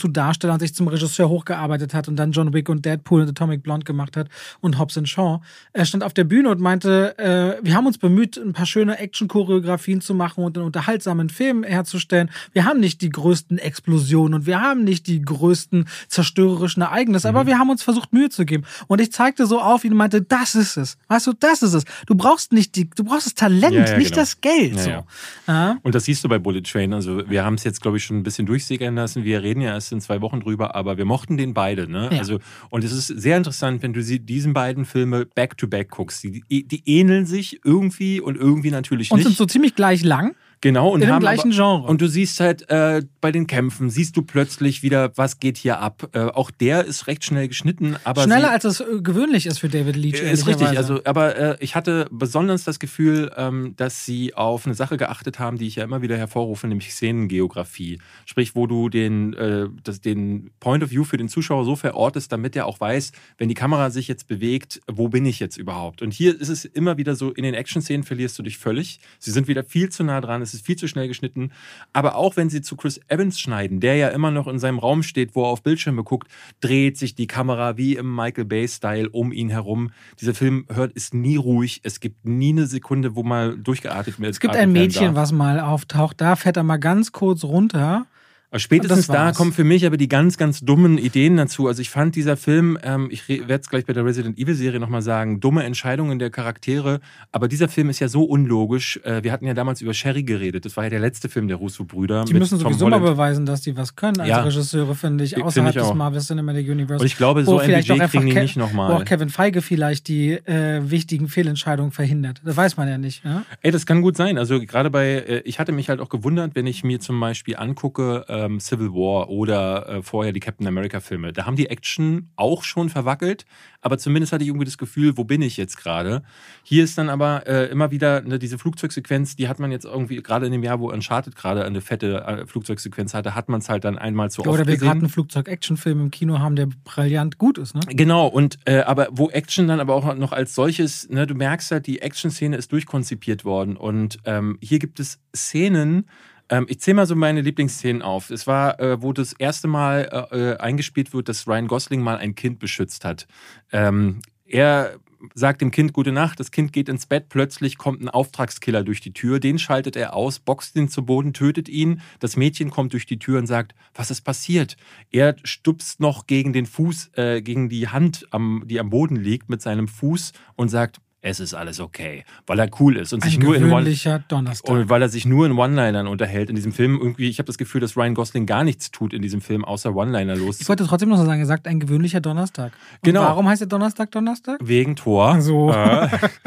zu Darsteller und sich zum Regisseur hochgearbeitet hat und dann John Wick und Deadpool und Atomic Blonde gemacht hat und Hobbs and Shaw. Er stand auf der Bühne und meinte, äh, wir haben uns bemüht, ein paar schöne Action-Choreografien zu machen und einen unterhaltsamen Film herzustellen. Wir haben nicht die größten Explosionen und wir haben nicht die größten zerstörerischen Ereignisse, mhm. aber wir haben uns versucht, Mühe zu geben. Und ich zeigte so auf ihn und meinte, das ist es. Weißt du, das ist es. Du brauchst nicht die, du brauchst das Talent, ja, ja, nicht genau. das Geld. Ja, so. ja. Ja. Und das siehst du bei Bullet Train. Also wir haben es jetzt, glaube ich, schon ein bisschen durchsickern lassen. Wir reden ja erst in zwei Wochen drüber, aber wir mochten den beide. Ne? Ja. Also, und es ist sehr interessant, wenn du sie, diesen beiden Filme back-to-back guckst. Die, die ähneln sich irgendwie und irgendwie natürlich und nicht. Und sind so ziemlich gleich lang. Genau, und in dem haben gleichen aber, Genre. Und du siehst halt äh, bei den Kämpfen, siehst du plötzlich wieder, was geht hier ab. Äh, auch der ist recht schnell geschnitten. Aber Schneller, sie, als es äh, gewöhnlich ist für David Leitch. Ist richtig, also, aber äh, ich hatte besonders das Gefühl, ähm, dass sie auf eine Sache geachtet haben, die ich ja immer wieder hervorrufe, nämlich Szenengeografie. Sprich, wo du den, äh, das, den Point of View für den Zuschauer so verortest, damit er auch weiß, wenn die Kamera sich jetzt bewegt, wo bin ich jetzt überhaupt? Und hier ist es immer wieder so, in den Action-Szenen verlierst du dich völlig. Sie sind wieder viel zu nah dran, es ist viel zu schnell geschnitten. Aber auch wenn sie zu Chris Evans schneiden, der ja immer noch in seinem Raum steht, wo er auf Bildschirme guckt, dreht sich die Kamera wie im Michael Bay-Style um ihn herum. Dieser Film hört, ist nie ruhig. Es gibt nie eine Sekunde, wo mal durchgeatmet wird. Es gibt ein Mädchen, was mal auftaucht. Da fährt er mal ganz kurz runter. Spätestens da kommen für mich aber die ganz, ganz dummen Ideen dazu. Also ich fand dieser Film, ähm, ich werde es gleich bei der Resident Evil Serie nochmal sagen, dumme Entscheidungen der Charaktere, aber dieser Film ist ja so unlogisch. Äh, wir hatten ja damals über Sherry geredet, das war ja der letzte Film der Russo-Brüder. Die müssen sowieso mal beweisen, dass die was können als ja. Regisseure, finde ich, außerhalb find ich des Marvel Cinematic Universe. Und ich glaube, so ein Budget kriegen die nicht nochmal. Wo auch Kevin Feige vielleicht die äh, wichtigen Fehlentscheidungen verhindert. Das weiß man ja nicht. Ja? Ey, das kann gut sein. Also gerade bei, äh, ich hatte mich halt auch gewundert, wenn ich mir zum Beispiel angucke, ähm, Civil War oder äh, vorher die Captain America-Filme. Da haben die Action auch schon verwackelt, aber zumindest hatte ich irgendwie das Gefühl, wo bin ich jetzt gerade? Hier ist dann aber äh, immer wieder ne, diese Flugzeugsequenz, die hat man jetzt irgendwie, gerade in dem Jahr, wo Uncharted gerade eine fette äh, Flugzeugsequenz hatte, hat man es halt dann einmal zu ja, oft oder wir gesehen. gerade einen Flugzeug-Action-Film im Kino haben, der brillant gut ist, ne? Genau, und äh, aber wo Action dann aber auch noch als solches, ne, du merkst halt, die Action-Szene ist durchkonzipiert worden und ähm, hier gibt es Szenen. Ich zähle mal so meine Lieblingsszenen auf. Es war, äh, wo das erste Mal äh, eingespielt wird, dass Ryan Gosling mal ein Kind beschützt hat. Ähm, er sagt dem Kind gute Nacht, das Kind geht ins Bett, plötzlich kommt ein Auftragskiller durch die Tür, den schaltet er aus, boxt ihn zu Boden, tötet ihn. Das Mädchen kommt durch die Tür und sagt, was ist passiert? Er stupst noch gegen den Fuß, äh, gegen die Hand, am, die am Boden liegt, mit seinem Fuß und sagt, es ist alles okay, weil er cool ist und ein sich nur in One Donnerstag. Und weil er sich nur in One-Linern unterhält in diesem Film. Irgendwie, ich habe das Gefühl, dass Ryan Gosling gar nichts tut in diesem Film, außer One-Liner los. Ich wollte trotzdem noch so sagen, er sagt ein gewöhnlicher Donnerstag. Und genau. Warum heißt er Donnerstag Donnerstag? Wegen Thor. So. Äh.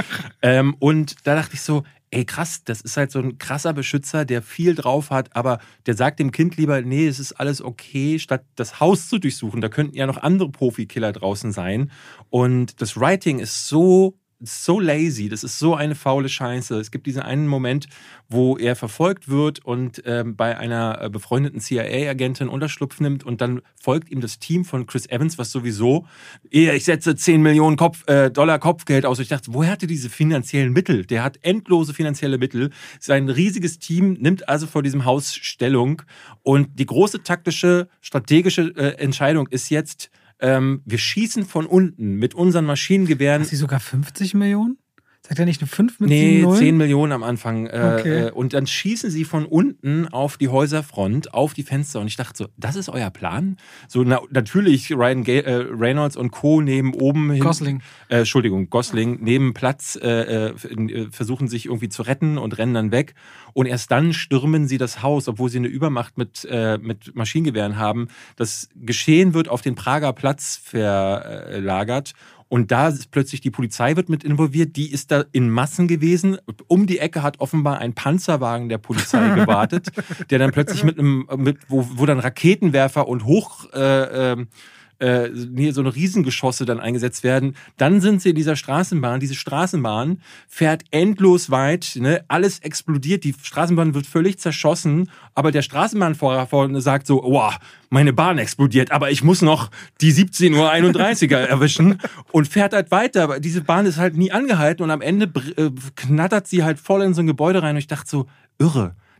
ähm, und da dachte ich so, ey krass, das ist halt so ein krasser Beschützer, der viel drauf hat, aber der sagt dem Kind lieber, nee, es ist alles okay, statt das Haus zu durchsuchen. Da könnten ja noch andere Profikiller draußen sein. Und das Writing ist so so lazy, das ist so eine faule Scheiße. Es gibt diesen einen Moment, wo er verfolgt wird und ähm, bei einer befreundeten C I A-Agentin Unterschlupf nimmt und dann folgt ihm das Team von Chris Evans, was sowieso, ich setze zehn Millionen Kopf, äh, Dollar Kopfgeld aus. Ich dachte, woher hat er diese finanziellen Mittel? Der hat endlose finanzielle Mittel. Sein riesiges Team nimmt also vor diesem Haus Stellung und die große taktische, strategische äh, Entscheidung ist jetzt, Ähm, wir schießen von unten mit unseren Maschinengewehren. Hast du sogar fünfzig Millionen? Sagt er nicht eine fünf mit nee, sieben Nullen? zehn Millionen am Anfang. Äh, okay. äh, und dann schießen sie von unten auf die Häuserfront, auf die Fenster. Und ich dachte so, das ist euer Plan? So na, natürlich Ryan Ga- äh, Reynolds und Co. nehmen oben hin. Gosling. Äh, Entschuldigung, Gosling nehmen Platz, äh, äh, versuchen sich irgendwie zu retten und rennen dann weg. Und erst dann stürmen sie das Haus, obwohl sie eine Übermacht mit, äh, mit Maschinengewehren haben. Das Geschehen wird auf den Prager Platz verlagert. Und da ist plötzlich die Polizei wird mit involviert, die ist da in Massen gewesen. Um die Ecke hat offenbar ein Panzerwagen der Polizei gewartet, der dann plötzlich mit einem, mit, wo, wo dann Raketenwerfer und Hoch, äh, äh, äh, nee, so eine Riesengeschosse dann eingesetzt werden. Dann sind sie in dieser Straßenbahn. Diese Straßenbahn fährt endlos weit, ne? Alles explodiert, die Straßenbahn wird völlig zerschossen, aber der Straßenbahnfahrer vorne sagt so, wow, meine Bahn explodiert, aber ich muss noch die siebzehn Uhr einunddreißiger erwischen und fährt halt weiter. Aber diese Bahn ist halt nie angehalten und am Ende äh, knattert sie halt voll in so ein Gebäude rein und ich dachte so, irre.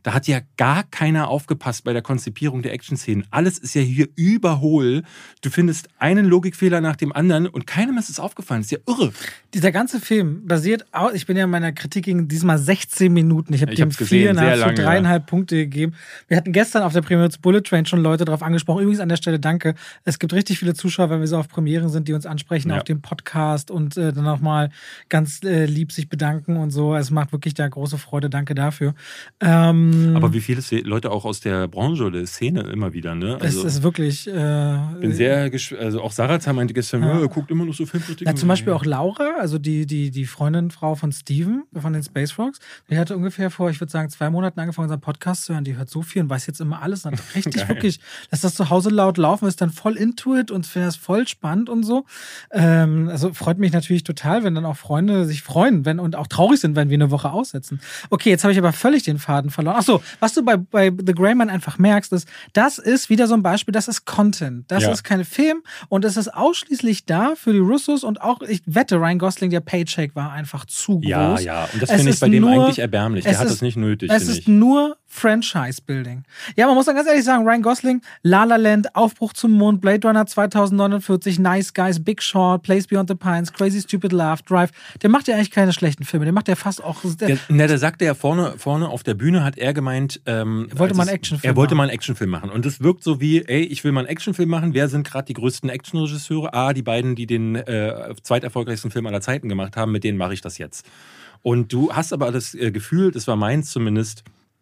Da hat ja gar keiner aufgepasst bei der Konzipierung der Action-Szenen. Alles ist ja hier überhohl. Du findest einen Logikfehler nach dem anderen und keinem ist es aufgefallen. Das ist ja irre. Dieser ganze Film basiert, auch, ich bin ja in meiner Kritik gegen diesmal sechzehn Minuten. Ich habe Ich dem hab's gesehen, sehr viereinhalb, lange, so dreieinhalb Punkte gegeben. Wir hatten gestern auf der Premiere zu Bullet Train schon Leute darauf angesprochen. Übrigens an der Stelle danke. Es gibt richtig viele Zuschauer, wenn wir so auf Premieren sind, die uns ansprechen Ja. auf dem Podcast und äh, dann auch mal ganz äh, lieb sich bedanken und so. Es macht wirklich da große Freude. Danke dafür. Ähm, Aber wie viele Leute auch aus der Branche oder der Szene immer wieder, ne? es ist wirklich. Äh, bin sehr, gesch- also auch Sarah meinte gestern, Ja. ja. guckt immer noch so Filmkritiken. Ja, zum Beispiel auch Laura, also die, die, die Freundin, Frau von Steven, von den Space Frogs, die hatte ungefähr vor, ich würde sagen, zwei Monaten angefangen, unseren Podcast zu hören. Die hört so viel und weiß jetzt immer alles. Und hat richtig, Geil. wirklich, dass das zu Hause laut laufen ist, dann voll into it und finde das voll spannend und so. Ähm, also freut mich natürlich total, wenn dann auch Freunde sich freuen wenn, und auch traurig sind, wenn wir eine Woche aussetzen. Okay, jetzt habe ich aber völlig den Faden verloren. Achso, was du bei, bei The Grey Man einfach merkst, ist, das ist wieder so ein Beispiel, das ist Content. Das Ja. ist kein Film und es ist ausschließlich da für die Russos und auch, ich wette, Ryan Gosling, der Paycheck war einfach zu groß. Ja, ja. Und das Es finde ich ist bei dem nur- eigentlich erbärmlich. Der es hat ist- das nicht nötig, Es finde ist ich. nur Franchise-Building. Ja, man muss dann ganz ehrlich sagen, Ryan Gosling, La La Land, Aufbruch zum Mond, Blade Runner zweitausendneunundvierzig, Nice Guys, Big Short, Place Beyond the Pines, Crazy Stupid Love, Drive. Der macht ja eigentlich keine schlechten Filme. Der macht ja fast auch... Der, Der, na, der sagte ja vorne, vorne auf der Bühne, hat er gemeint, ähm, Er wollte als mal es- einen Actionfilm Er wollte machen. mal einen Actionfilm machen. Und das wirkt so wie, ey, ich will mal einen Actionfilm machen. Wer sind gerade die größten Actionregisseure? Ah, die beiden, die den äh, zweiterfolgreichsten Film aller Zeiten gemacht haben, mit denen mache ich das jetzt. Und du hast aber das äh, Gefühl, das war meins zumindest,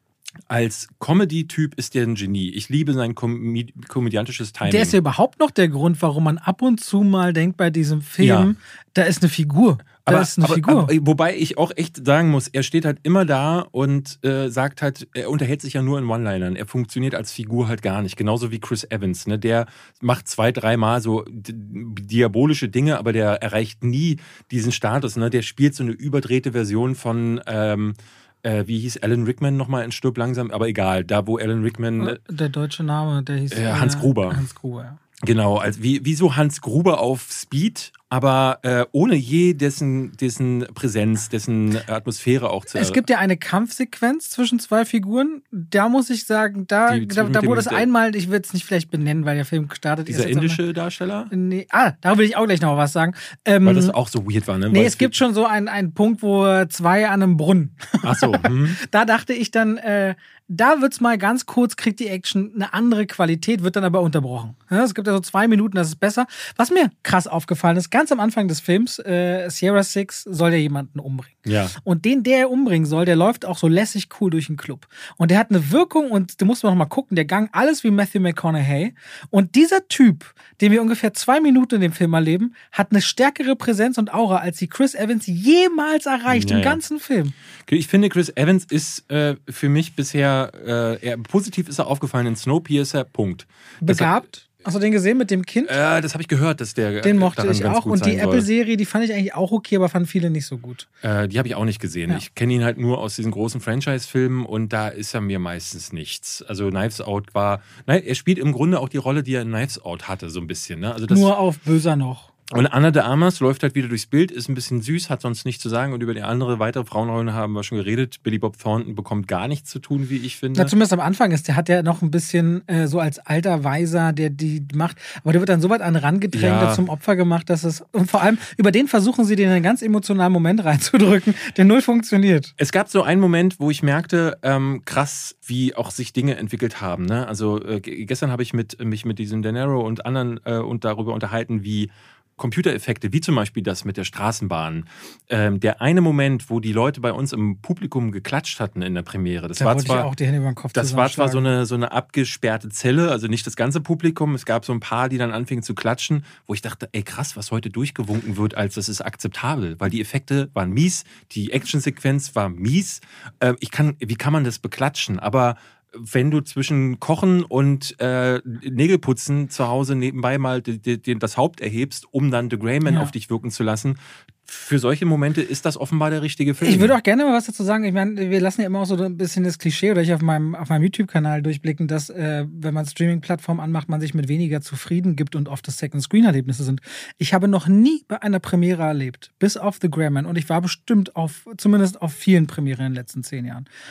als Comedy-Typ ist der ein Genie. Ich liebe sein Kom komödiantisches Timing. der ist ja überhaupt noch der Grund, warum man ab und zu mal denkt bei diesem Film, Ja. da ist eine Figur. Da Aber, ist eine aber, Figur. aber wobei ich auch echt sagen muss, er steht halt immer da und äh, sagt halt, er unterhält sich ja nur in One-Linern. Er funktioniert als Figur halt gar nicht. Genauso wie Chris Evans. Ne? Der macht zwei, dreimal so d- diabolische Dinge, aber der erreicht nie diesen Status. Ne? Der spielt so eine überdrehte Version von, ähm, äh, wie hieß Alan Rickman nochmal in Stirb langsam? Aber egal, da wo Alan Rickman, äh, der deutsche Name, der hieß... äh, Hans Gruber. Hans Gruber, ja. Genau, also wie, wie so Hans Gruber auf Speed, aber äh, ohne je dessen, dessen Präsenz, dessen Atmosphäre auch zu Es gibt ja eine Kampfsequenz zwischen zwei Figuren. Da muss ich sagen, da, Die- da, mit da dem- wurde es der- einmal, ich will es nicht vielleicht benennen, weil der Film gestartet Dieser ist. jetzt indische Darsteller? aber- Nee, ah, da will ich auch gleich noch was sagen. Ähm, Weil das auch so weird war, ne? nee, Weil es gibt schon so einen, einen Punkt, wo zwei an einem Brunnen. Ach so, hm. Da dachte ich dann, äh, da wird's mal ganz kurz, kriegt die Action eine andere Qualität, wird dann aber unterbrochen. Ja, es gibt ja so zwei Minuten, das ist besser. Was mir krass aufgefallen ist, ganz am Anfang des Films, äh, Sierra Six soll ja jemanden umbringen. Ja. Und den, der er umbringen soll, der läuft auch so lässig cool durch den Club. Und der hat eine Wirkung und du musst mal noch mal gucken, der Gang, alles wie Matthew McConaughey. Und dieser Typ, den wir ungefähr zwei Minuten in dem Film erleben, hat eine stärkere Präsenz und Aura, als die Chris Evans jemals erreicht Ja, im ja. ganzen Film. Ich finde, Chris Evans ist äh, für mich bisher, äh, eher, positiv ist er aufgefallen in Snowpiercer, Punkt. Das- Begabt. Hast du den gesehen mit dem Kind? Äh, das habe ich gehört, dass der Den äh, mochte daran ich ganz auch. gut Und die sein soll. Apple-Serie, die fand ich eigentlich auch okay, aber fanden viele nicht so gut. Äh, die habe ich auch nicht gesehen. Ja. Ich kenne ihn halt nur aus diesen großen Franchise-Filmen und da ist er mir meistens nichts. Also Knives Out war, nein, er spielt im Grunde auch die Rolle, die er in Knives Out hatte, so ein bisschen. Ne? Also das, Nur auf böser noch. Und Anna de Armas läuft halt wieder durchs Bild, ist ein bisschen süß, hat sonst nichts zu sagen. Und über die andere weitere Frauenrollen haben wir schon geredet. Billy Bob Thornton bekommt gar nichts zu tun, wie ich finde. Na, zumindest am Anfang ist, der hat ja noch ein bisschen äh, so als alter Weiser, der die macht, aber der wird dann so weit an den Rand gedrängt, Ja. der zum Opfer gemacht, dass es, und vor allem, über den versuchen sie den in einen ganz emotionalen Moment reinzudrücken, der null funktioniert. Es gab so einen Moment, wo ich merkte, ähm, krass, wie auch sich Dinge entwickelt haben. Ne? Also äh, g- gestern habe ich mit, mich mit diesem De Niro und anderen äh, und darüber unterhalten, wie Computereffekte, wie zum Beispiel das mit der Straßenbahn. Ähm, der eine Moment, wo die Leute bei uns im Publikum geklatscht hatten in der Premiere, das Da war wollte zwar ich auch die Hände über den Kopf Das war zwar so zusammenschlagen. eine, so eine abgesperrte Zelle, also nicht das ganze Publikum. Es gab so ein paar, die dann anfingen zu klatschen, wo ich dachte, ey krass, was heute durchgewunken wird, als das ist akzeptabel. Weil die Effekte waren mies, die Actionsequenz war mies. Äh, ich kann, wie kann man das beklatschen? Aber wenn du zwischen Kochen und äh, Nägelputzen zu Hause nebenbei mal die, die, die, das Haupt erhebst, um dann The Grey Man Ja. auf dich wirken zu lassen, für solche Momente ist das offenbar der richtige Film. Ich würde auch gerne mal was dazu sagen. Ich meine, wir lassen ja immer auch so ein bisschen das Klischee, oder ich auf meinem, auf meinem YouTube-Kanal durchblicken, dass, äh, wenn man Streaming-Plattformen anmacht, man sich mit weniger zufrieden gibt und oft das Second-Screen-Erlebnisse sind. Ich habe noch nie bei einer Premiere erlebt, bis auf The Grey Man, und ich war bestimmt auf, zumindest auf vielen Premieren in den letzten zehn Jahren,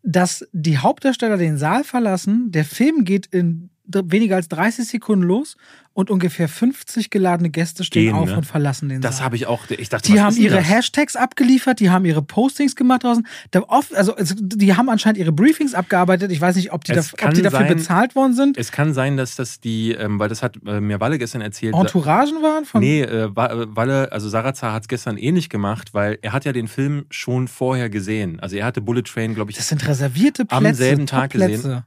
dass die Hauptdarsteller den Saal verlassen, der Film geht in weniger als dreißig Sekunden los und ungefähr fünfzig geladene Gäste stehen Gehen, auf ne? und verlassen den Das Saal. habe ich auch. Ich dachte, Die was haben ist denn ihre das? Hashtags abgeliefert, die haben ihre Postings gemacht draußen. Da oft, also es- die haben anscheinend ihre Briefings abgearbeitet. Ich weiß nicht, ob die, Es da, ob die kann dafür sein- bezahlt worden sind. Es kann sein, dass das die, ähm, weil das hat äh, mir Walle gestern erzählt. Entouragen waren von. Nee, äh, Wa- äh, Walle, also Sarazar hat es gestern ähnlich gemacht, weil er hat ja den Film schon vorher gesehen. Also er hatte Bullet Train, glaube ich, Das sind reservierte Am Plätze. selben Tag Top-Plätze. gesehen.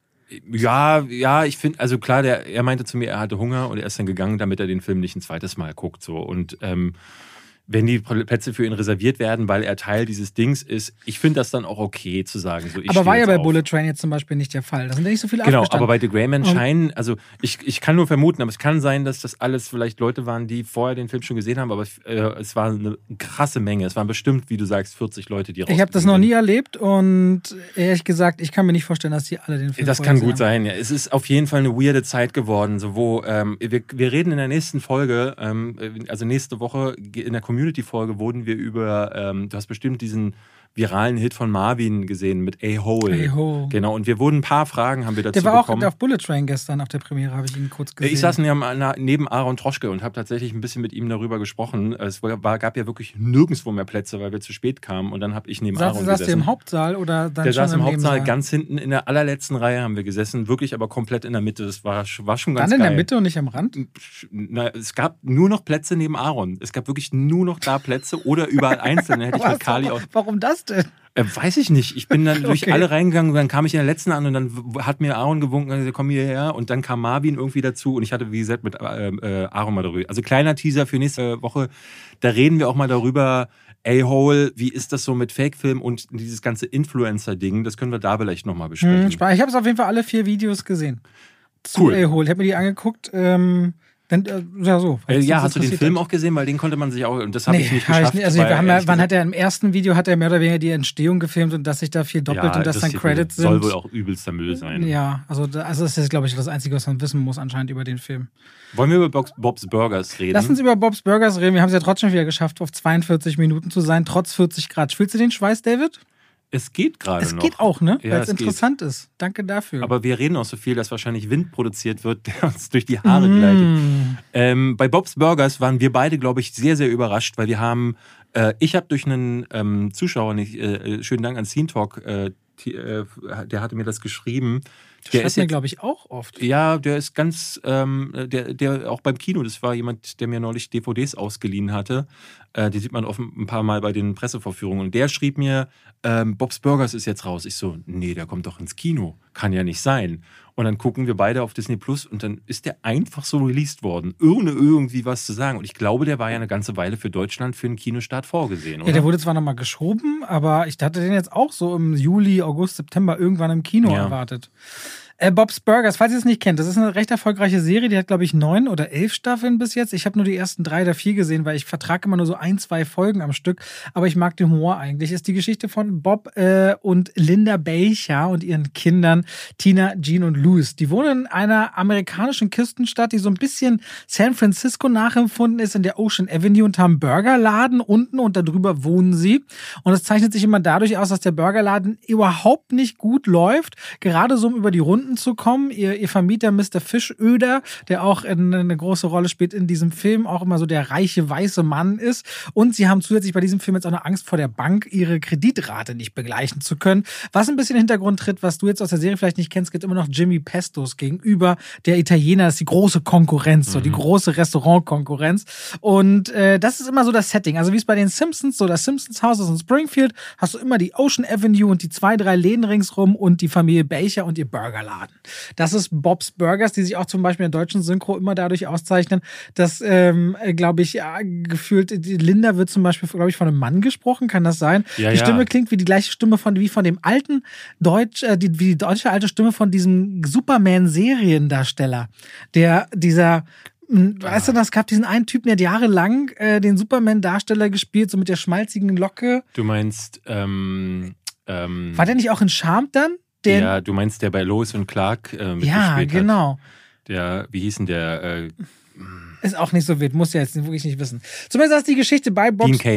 Ja, ja, ich finde, also klar, der, er meinte zu mir, er hatte Hunger und er ist dann gegangen, damit er den Film nicht ein zweites Mal guckt. So. Und ähm, wenn die Plätze für ihn reserviert werden, weil er Teil dieses Dings ist, ich finde das dann auch okay zu sagen. So, ich Aber stehe war ja jetzt bei auf. Bullet Train jetzt zum Beispiel nicht der Fall. Da sind ja nicht so viele Genau, abgestanden. aber bei The Grey Man Und- scheinen, also ich, ich kann nur vermuten, aber es kann sein, dass das alles vielleicht Leute waren, die vorher den Film schon gesehen haben, aber äh, es war eine krasse Menge. Es waren bestimmt, wie du sagst, vierzig Leute, die Ich habe das rausgegangen noch sind. nie erlebt und ehrlich gesagt, ich kann mir nicht vorstellen, dass die alle den Film Das vorher kann gut gesehen haben. sein, ja. Es ist auf jeden Fall eine weirde Zeit geworden, so wo ähm, wir, wir reden in der nächsten Folge, ähm, also nächste Woche in der Community-Folge wurden wir über, ähm, du hast bestimmt diesen viralen Hit von Marvin gesehen mit A-Hole. A-Hole. Genau, und wir wurden ein paar Fragen, haben wir dazu Der war auch bekommen. auf Bullet Train gestern auf der Premiere, habe ich ihn kurz gesehen. Ich saß neben, neben Aaron Troschke und habe tatsächlich ein bisschen mit ihm darüber gesprochen. Es war, gab ja wirklich nirgendwo mehr Plätze, weil wir zu spät kamen. Und dann habe ich neben Saß, Aaron saß der gesessen. im Hauptsaal oder dann Der schon saß im Hauptsaal, Nebensaal? ganz hinten in der allerletzten Reihe haben wir gesessen. Wirklich aber komplett in der Mitte. Das war, war schon ganz Dann in geil. der Mitte und nicht am Rand? Na, es gab nur noch Plätze neben Aaron. Es gab wirklich nur noch da Plätze oder überall einzeln. Dann hätte ich mit Kali auch. Warum das denn? Äh, weiß ich nicht. Ich bin dann durch Okay. alle reingegangen und dann kam ich in der letzten an und dann w- hat mir Aaron gewunken, und gesagt, komm hierher. Und dann kam Marvin irgendwie dazu und ich hatte, wie gesagt, mit äh, äh, Aaron mal darüber. Also kleiner Teaser für nächste Woche. Da reden wir auch mal darüber, A-Hole, wie ist das so mit Fake-Film und dieses ganze Influencer-Ding. Das können wir da vielleicht nochmal besprechen. Hm, Spaß. Ich habe es auf jeden Fall alle vier Videos gesehen. Zu Cool. A-Hole. Ich habe mir die angeguckt. Ähm, wenn, äh, ja, so. Äh, falls ja, das hast du den interessiert Film hat. auch gesehen? Weil den konnte man sich auch, und das habe Nee, ich nicht hab geschafft. nicht. Also weil, wir haben ja, ehrlich wann gesagt, hat er im ersten Video hat er mehr oder weniger die Entstehung gefilmt und dass sich da viel doppelt ja, und dass dann interessiert Credits mich. Soll sind. wohl auch übelster Müll sein. Ja, also, da- also das ist, glaube ich, das Einzige, was man wissen muss anscheinend über den Film. Wollen wir über Bob's, Bob's Burgers reden? Lass uns über Bob's Burgers reden. Wir haben es ja trotzdem wieder geschafft, auf zweiundvierzig Minuten zu sein, trotz vierzig Grad. Fühlst du den Schweiß, David? Es geht gerade Es noch. geht auch, ne? Ja, Weil es es geht. interessant ist. Danke dafür. Aber wir reden auch so viel, dass wahrscheinlich Wind produziert wird, der uns durch die Haare gleitet. Mm. Ähm, bei Bob's Burgers waren wir beide, glaube ich, sehr, sehr überrascht, weil wir haben, äh, ich habe durch einen ähm, Zuschauer, nicht, äh, schönen Dank an Scene Talk, äh, die, äh, der hatte mir das geschrieben. Der Das ist hat mir, jetzt, glaube ich, auch oft. ja, der ist ganz, ähm, der, der auch beim Kino, das war jemand, der mir neulich D V Ds ausgeliehen hatte. Äh, die sieht man oft ein paar Mal bei den Pressevorführungen. Und der schrieb mir, ähm, Bob's Burgers ist jetzt raus. Ich so, nee, der kommt doch ins Kino. Kann ja nicht sein. Und dann gucken wir beide auf Disney Plus und dann ist der einfach so released worden, ohne irgendwie was zu sagen. Und ich glaube, der war ja eine ganze Weile für Deutschland für einen Kinostart vorgesehen, oder? Ja, der wurde zwar nochmal geschoben, aber ich hatte den jetzt auch so im Juli, August, September irgendwann im Kino Ja. erwartet. Äh, Bob's Burgers, falls ihr es nicht kennt, das ist eine recht erfolgreiche Serie, die hat, glaube ich, neun oder elf Staffeln bis jetzt. Ich habe nur die ersten drei oder vier gesehen, weil ich vertrage immer nur so ein, zwei Folgen am Stück, aber ich mag den Humor eigentlich. Ist die Geschichte von Bob äh, und Linda Belcher und ihren Kindern Tina, Jean und Louis. Die wohnen in einer amerikanischen Küstenstadt, die so ein bisschen San Francisco nachempfunden ist, in der Ocean Avenue und haben einen Burgerladen unten und darüber wohnen sie. Und es zeichnet sich immer dadurch aus, dass der Burgerladen überhaupt nicht gut läuft, gerade so um über die Runden zu kommen. Ihr, ihr Vermieter Mister Fischöder, der auch in, eine große Rolle spielt in diesem Film, auch immer so der reiche weiße Mann ist. Und sie haben zusätzlich bei diesem Film jetzt auch eine Angst vor der Bank, ihre Kreditrate nicht begleichen zu können. Was ein bisschen in den Hintergrund tritt, was du jetzt aus der Serie vielleicht nicht kennst, gibt immer noch Jimmy Pestos gegenüber. Der Italiener ist die große Konkurrenz, so die große Restaurantkonkurrenz. Und äh, das ist immer so das Setting. Also wie es bei den Simpsons, so das Simpsons Haus ist in Springfield, hast du immer die Ocean Avenue und die zwei, drei Läden ringsrum und die Familie Belcher und ihr Burgerladen. Das ist Bob's Burgers, die sich auch zum Beispiel in der deutschen Synchro immer dadurch auszeichnen, dass, ähm, glaube ich, ja, gefühlt, die Linda wird zum Beispiel, glaube ich, von einem Mann gesprochen, kann das sein? Ja, die ja. Stimme klingt wie die gleiche Stimme von, wie von dem alten Deutsch, äh, die, wie die deutsche alte Stimme von diesem Superman-Seriendarsteller, der, dieser, mh, weißt du, das gab diesen einen Typen, der hat jahrelang äh, den Superman-Darsteller gespielt, so mit der schmalzigen Locke. Du meinst, ähm, ähm, War der nicht auch in Charmed dann? Der, ja, du meinst, der bei Lois und Clark äh, mitgespielt ja, hat. genau. Der, wie hieß denn der? Äh, Ist auch nicht so wild, muss ja jetzt wirklich nicht wissen. Zumindest ist die Geschichte bei Bob's... Dean Kane.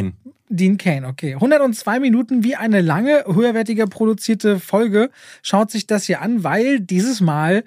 Dean Cain, okay. hundertzwei Minuten, wie eine lange, höherwertiger produzierte Folge, schaut sich das hier an, weil dieses Mal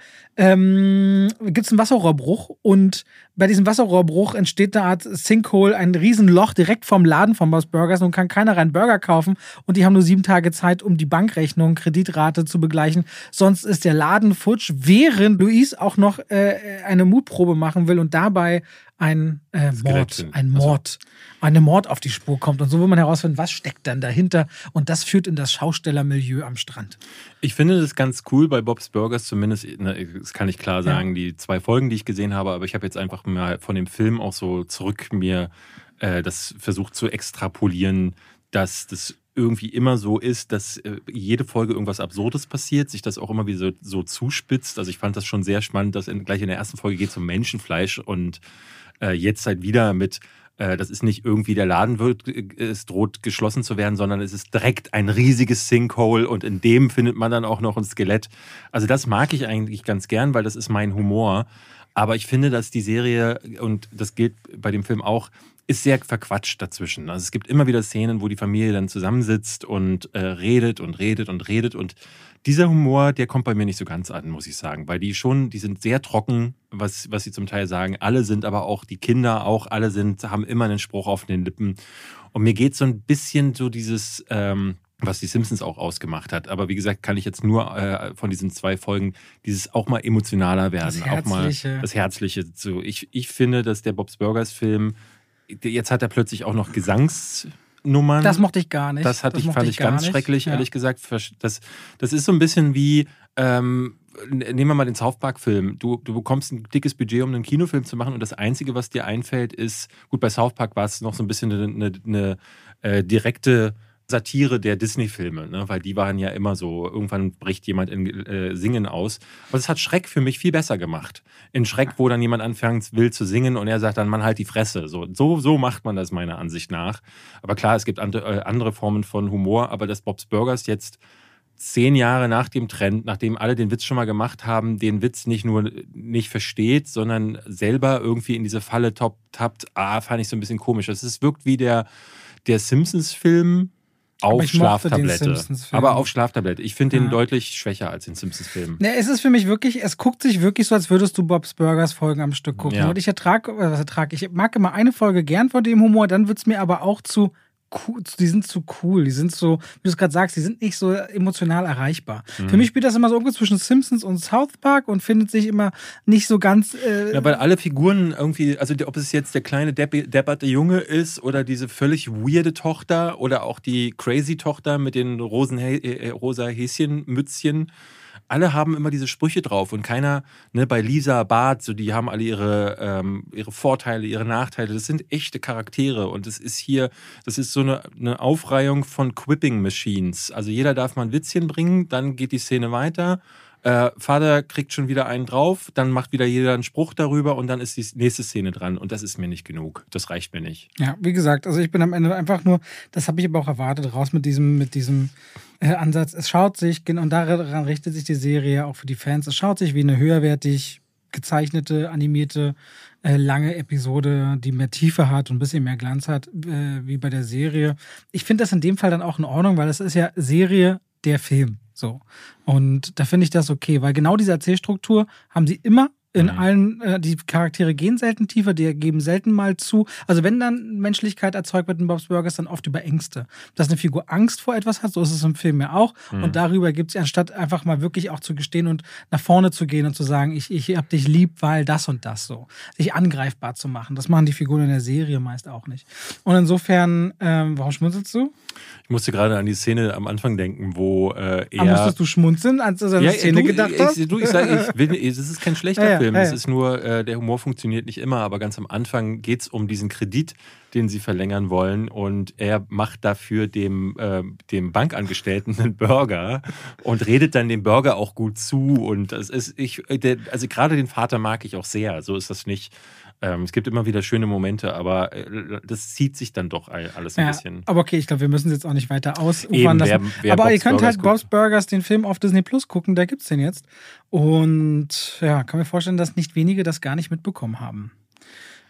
ähm, gibt es einen Wasserrohrbruch und bei diesem Wasserrohrbruch entsteht eine Art Sinkhole, ein Riesenloch direkt vom Laden von Bob's Burgers. Nun kann keiner rein Burger kaufen und die haben nur sieben Tage Zeit, um die Bankrechnung, Kreditrate zu begleichen. Sonst ist der Laden futsch, während Luis auch noch äh, eine Mutprobe machen will und dabei ein äh, Mord, ein Mord, eine Mord auf die Spur kommt. Und so will man herausfinden, was steckt dann dahinter. Und das führt in das Schaustellermilieu am Strand. Ich finde das ganz cool bei Bob's Burgers, zumindest, ne, das kann ich klar sagen, ja. Die zwei Folgen, die ich gesehen habe, aber ich habe jetzt einfach mal von dem Film auch so zurück mir äh, das versucht zu extrapolieren, dass das irgendwie immer so ist, dass äh, jede Folge irgendwas Absurdes passiert, sich das auch immer wieder so, so zuspitzt. Also ich fand das schon sehr spannend, dass in, gleich in der ersten Folge geht es um Menschenfleisch und äh, jetzt halt wieder mit das ist nicht irgendwie der Laden wird, es droht geschlossen zu werden, sondern es ist direkt ein riesiges Sinkhole und in dem findet man dann auch noch ein Skelett. Also das mag ich eigentlich ganz gern, weil das ist mein Humor. Aber ich finde, dass die Serie, und das gilt bei dem Film auch, ist sehr verquatscht dazwischen. Also es gibt immer wieder Szenen, wo die Familie dann zusammensitzt und äh, redet und redet und redet und dieser Humor, der kommt bei mir nicht so ganz an, muss ich sagen, weil die schon, die sind sehr trocken, was, was sie zum Teil sagen. Alle sind aber auch, die Kinder auch, alle sind, haben immer einen Spruch auf den Lippen. Und mir geht so ein bisschen so dieses, ähm, was die Simpsons auch ausgemacht hat. Aber wie gesagt, kann ich jetzt nur äh, von diesen zwei Folgen dieses auch mal emotionaler werden. Das Herzliche. Auch mal das Herzliche. So, ich, ich finde, dass der Bob's Burgers Film, jetzt hat er plötzlich auch noch Gesangs... Nummern. Das mochte ich gar nicht. Das, hatte das ich, fand ich ganz nicht. schrecklich, ja. ehrlich gesagt. Das, das ist so ein bisschen wie, ähm, nehmen wir mal den South Park-Film. Du, du bekommst ein dickes Budget, um einen Kinofilm zu machen und das Einzige, was dir einfällt, ist, gut, bei South Park war es noch so ein bisschen eine, eine, eine äh, direkte Satire der Disney-Filme, ne? Weil die waren ja immer so, irgendwann bricht jemand in äh, Singen aus. Aber das hat Schreck für mich viel besser gemacht. In Schreck, wo dann jemand anfängt, will zu singen und er sagt dann, man halt die Fresse. So, so, so macht man das meiner Ansicht nach. Aber klar, es gibt andere, äh, andere Formen von Humor, aber dass Bob's Burgers jetzt zehn Jahre nach dem Trend, nachdem alle den Witz schon mal gemacht haben, den Witz nicht nur nicht versteht, sondern selber irgendwie in diese Falle tappt, ah, fand ich so ein bisschen komisch. Das ist, wirkt wie der, der Simpsons-Film, auf Schlaftablette. Aber auf Schlaftablette. Ich finde den ja. deutlich schwächer als den Simpsons-Film. Ja, es ist für mich wirklich, es guckt sich wirklich so, als würdest du Bob's Burgers Folgen am Stück gucken. Ja. Und ich ertrage, was ertrage ich? mag immer eine Folge gern von dem Humor, dann wird es mir aber auch zu cool, die sind zu cool, die sind so, wie du es gerade sagst, die sind nicht so emotional erreichbar. Mhm. Für mich spielt das immer so irgendwo zwischen Simpsons und South Park und findet sich immer nicht so ganz... Äh ja, weil alle Figuren irgendwie, also ob es jetzt der kleine Depp- depperte Junge ist oder diese völlig weirde Tochter oder auch die crazy Tochter mit den rosen äh, rosa Häschenmützchen, alle haben immer diese Sprüche drauf und keiner, ne, bei Lisa, Bart, so die haben alle ihre, ähm, ihre Vorteile, ihre Nachteile. Das sind echte Charaktere und das ist hier, das ist so eine, eine Aufreihung von Quipping-Machines. Also jeder darf mal ein Witzchen bringen, dann geht die Szene weiter. Äh, Vater kriegt schon wieder einen drauf, dann macht wieder jeder einen Spruch darüber und dann ist die nächste Szene dran und das ist mir nicht genug. Das reicht mir nicht. Ja, wie gesagt, also ich bin am Ende einfach nur, das habe ich aber auch erwartet, raus mit diesem, mit diesem äh, Ansatz. Es schaut sich, und daran richtet sich die Serie auch für die Fans, es schaut sich wie eine höherwertig gezeichnete, animierte, äh, lange Episode, die mehr Tiefe hat und ein bisschen mehr Glanz hat, äh, wie bei der Serie. Ich finde das in dem Fall dann auch in Ordnung, weil es ist ja Serie, der Film. So. Und da finde ich das okay, weil genau diese Erzählstruktur haben sie immer in mhm. allen, äh, die Charaktere gehen selten tiefer, die geben selten mal zu. Also wenn dann Menschlichkeit erzeugt wird in Bob's Burgers, dann oft über Ängste. Dass eine Figur Angst vor etwas hat, so ist es im Film ja auch. Mhm. Und darüber gibt es, anstatt einfach mal wirklich auch zu gestehen und nach vorne zu gehen und zu sagen, ich, ich hab dich lieb, weil das und das so. Sich angreifbar zu machen. Das machen die Figuren in der Serie meist auch nicht. Und insofern, ähm, warum schmunzelst du? Ich musste gerade an die Szene am Anfang denken, wo äh, er... Aber musstest du schmunzeln, als du an die ja, Szene du, gedacht ich, hast? Du, ich sage, ich will, es ist kein schlechter ja, ja, Film. ja, ja. Es ist nur, äh, der Humor funktioniert nicht immer, aber ganz am Anfang geht es um diesen Kredit, den sie verlängern wollen und er macht dafür dem, äh, dem Bankangestellten einen Burger und redet dann dem Burger auch gut zu und es ist, ich, der, also gerade den Vater mag ich auch sehr, so ist das nicht. Ähm, es gibt immer wieder schöne Momente, aber äh, das zieht sich dann doch alles ein ja, bisschen. Aber okay, ich glaube, wir müssen es jetzt auch nicht weiter ausufern Eben, lassen. wer, wer aber Bob's ihr könnt Burgers halt Bob's Burgers, den Film auf Disney Plus gucken, da gibt es den jetzt. Und ja, kann mir vorstellen, dass nicht wenige das gar nicht mitbekommen haben.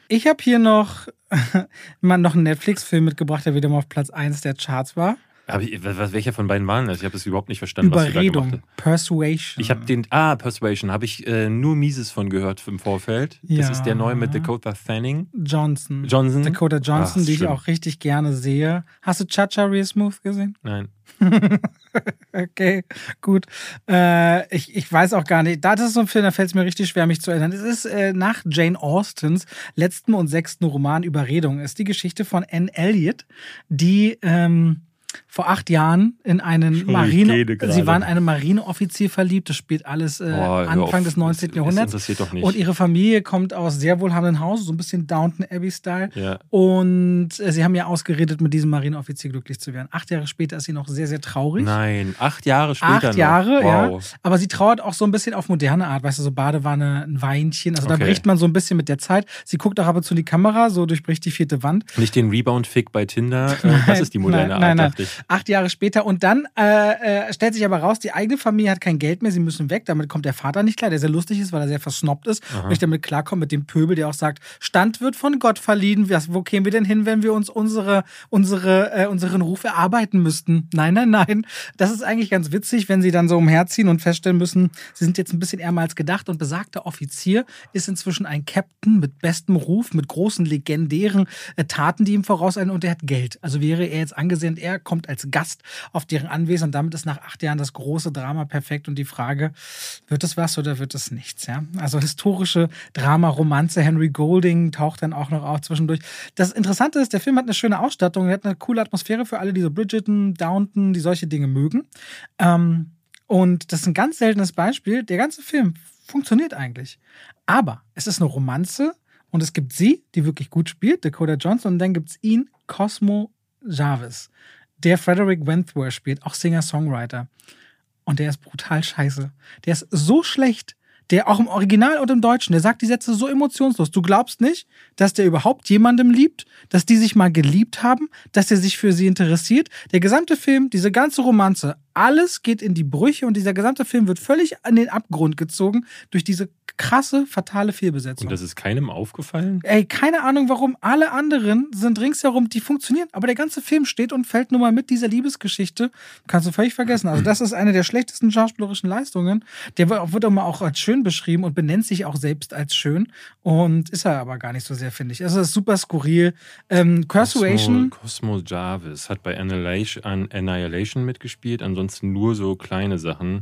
Ich habe hier noch, mal noch einen Netflix-Film mitgebracht, der wieder mal auf Platz eins der Charts war. Aber ich, was, welcher von beiden waren das? Ich habe das überhaupt nicht verstanden, was du da gemacht Überredung, Persuasion. Ich habe den, ah, Persuasion, habe ich äh, nur Mieses von gehört im Vorfeld. Das Ja. ist der neue mit Dakota Fanning. Johnson. Johnson. Dakota Johnson, Ach, die ich schlimm. auch richtig gerne sehe. Hast du Cha-Cha Real Smooth gesehen? Nein. Okay, gut. Äh, ich, ich weiß auch gar nicht. Das ist so ein Film, da fällt es mir richtig schwer, mich zu erinnern. Es ist äh, nach Jane Austens letzten und sechsten Roman Überredung. Es ist die Geschichte von Anne Elliot, die ähm, vor acht Jahren in einen Marine... Sie war in einen Marineoffizier verliebt. Das spielt alles äh, Boah, hör Anfang auf. des neunzehnten Das- Jahrhunderts. Das interessiert doch nicht. Und ihre Familie kommt aus sehr wohlhabenden Haus, so ein bisschen Downton Abbey-Style. Ja. Und äh, sie haben ja ausgeredet, mit diesem Marineoffizier glücklich zu werden. Acht Jahre später ist sie noch sehr, sehr traurig. Nein, acht Jahre später Acht noch. Jahre, ja. Wow. Aber sie trauert auch so ein bisschen auf moderne Art, weißt du, so Badewanne, ein Weinchen. Also da Okay. bricht man so ein bisschen mit der Zeit. Sie guckt auch ab und zu in die Kamera, so durchbricht die vierte Wand. Nicht den Rebound-Fick bei Tinder. Äh, das ist die moderne nein, Art, nein, nein. dachte ich. Acht Jahre später. Und dann äh, äh, stellt sich aber raus, die eigene Familie hat kein Geld mehr, sie müssen weg. Damit kommt der Vater nicht klar, der sehr lustig ist, weil er sehr versnobbt ist. Aha. Und nicht damit klarkommt mit dem Pöbel, der auch sagt, Stand wird von Gott verliehen. Was, wo kämen wir denn hin, wenn wir uns unsere, unsere, äh, unseren Ruf erarbeiten müssten? Nein, nein, nein. Das ist eigentlich ganz witzig, wenn sie dann so umherziehen und feststellen müssen, sie sind jetzt ein bisschen ärmer als gedacht. Und besagter Offizier ist inzwischen ein Captain mit bestem Ruf, mit großen, legendären äh, Taten, die ihm vorauseilen. Und er hat Geld. Also wäre er jetzt angesehen, er kommt als Gast auf deren Anwesen. Und damit ist nach acht Jahren das große Drama perfekt. Und die Frage, wird es was oder wird es nichts? Ja? Also historische Drama-Romanze. Henry Golding taucht dann auch noch auf zwischendurch. Das Interessante ist, der Film hat eine schöne Ausstattung. Er hat eine coole Atmosphäre für alle, die so Bridgerton, Downton, die solche Dinge mögen. Ähm, und das ist ein ganz seltenes Beispiel. Der ganze Film funktioniert eigentlich. Aber es ist eine Romanze und es gibt sie, die wirklich gut spielt, Dakota Johnson, und dann gibt es ihn, Cosmo Jarvis, der Frederick Wentworth spielt, auch Singer-Songwriter. Und der ist brutal scheiße. Der ist so schlecht, der auch im Original und im Deutschen, der sagt die Sätze so emotionslos. Du glaubst nicht, dass der überhaupt jemandem liebt, dass die sich mal geliebt haben, dass er sich für sie interessiert. Der gesamte Film, diese ganze Romanze, alles geht in die Brüche und dieser gesamte Film wird völlig an den Abgrund gezogen durch diese krasse, fatale Fehlbesetzung. Und das ist keinem aufgefallen? Ey, keine Ahnung warum. Alle anderen sind ringsherum, die funktionieren. Aber der ganze Film steht und fällt nur mal mit dieser Liebesgeschichte. Kannst du völlig vergessen. Also das ist eine der schlechtesten schauspielerischen Leistungen. Der wird auch mal auch als schön beschrieben und benennt sich auch selbst als schön. Und ist er aber gar nicht so sehr, finde ich. Also es ist super skurril. Ähm, Persuasion. Cosmo, Cosmo Jarvis hat bei Annihilation, Annihilation mitgespielt. Ansonsten nur so kleine Sachen.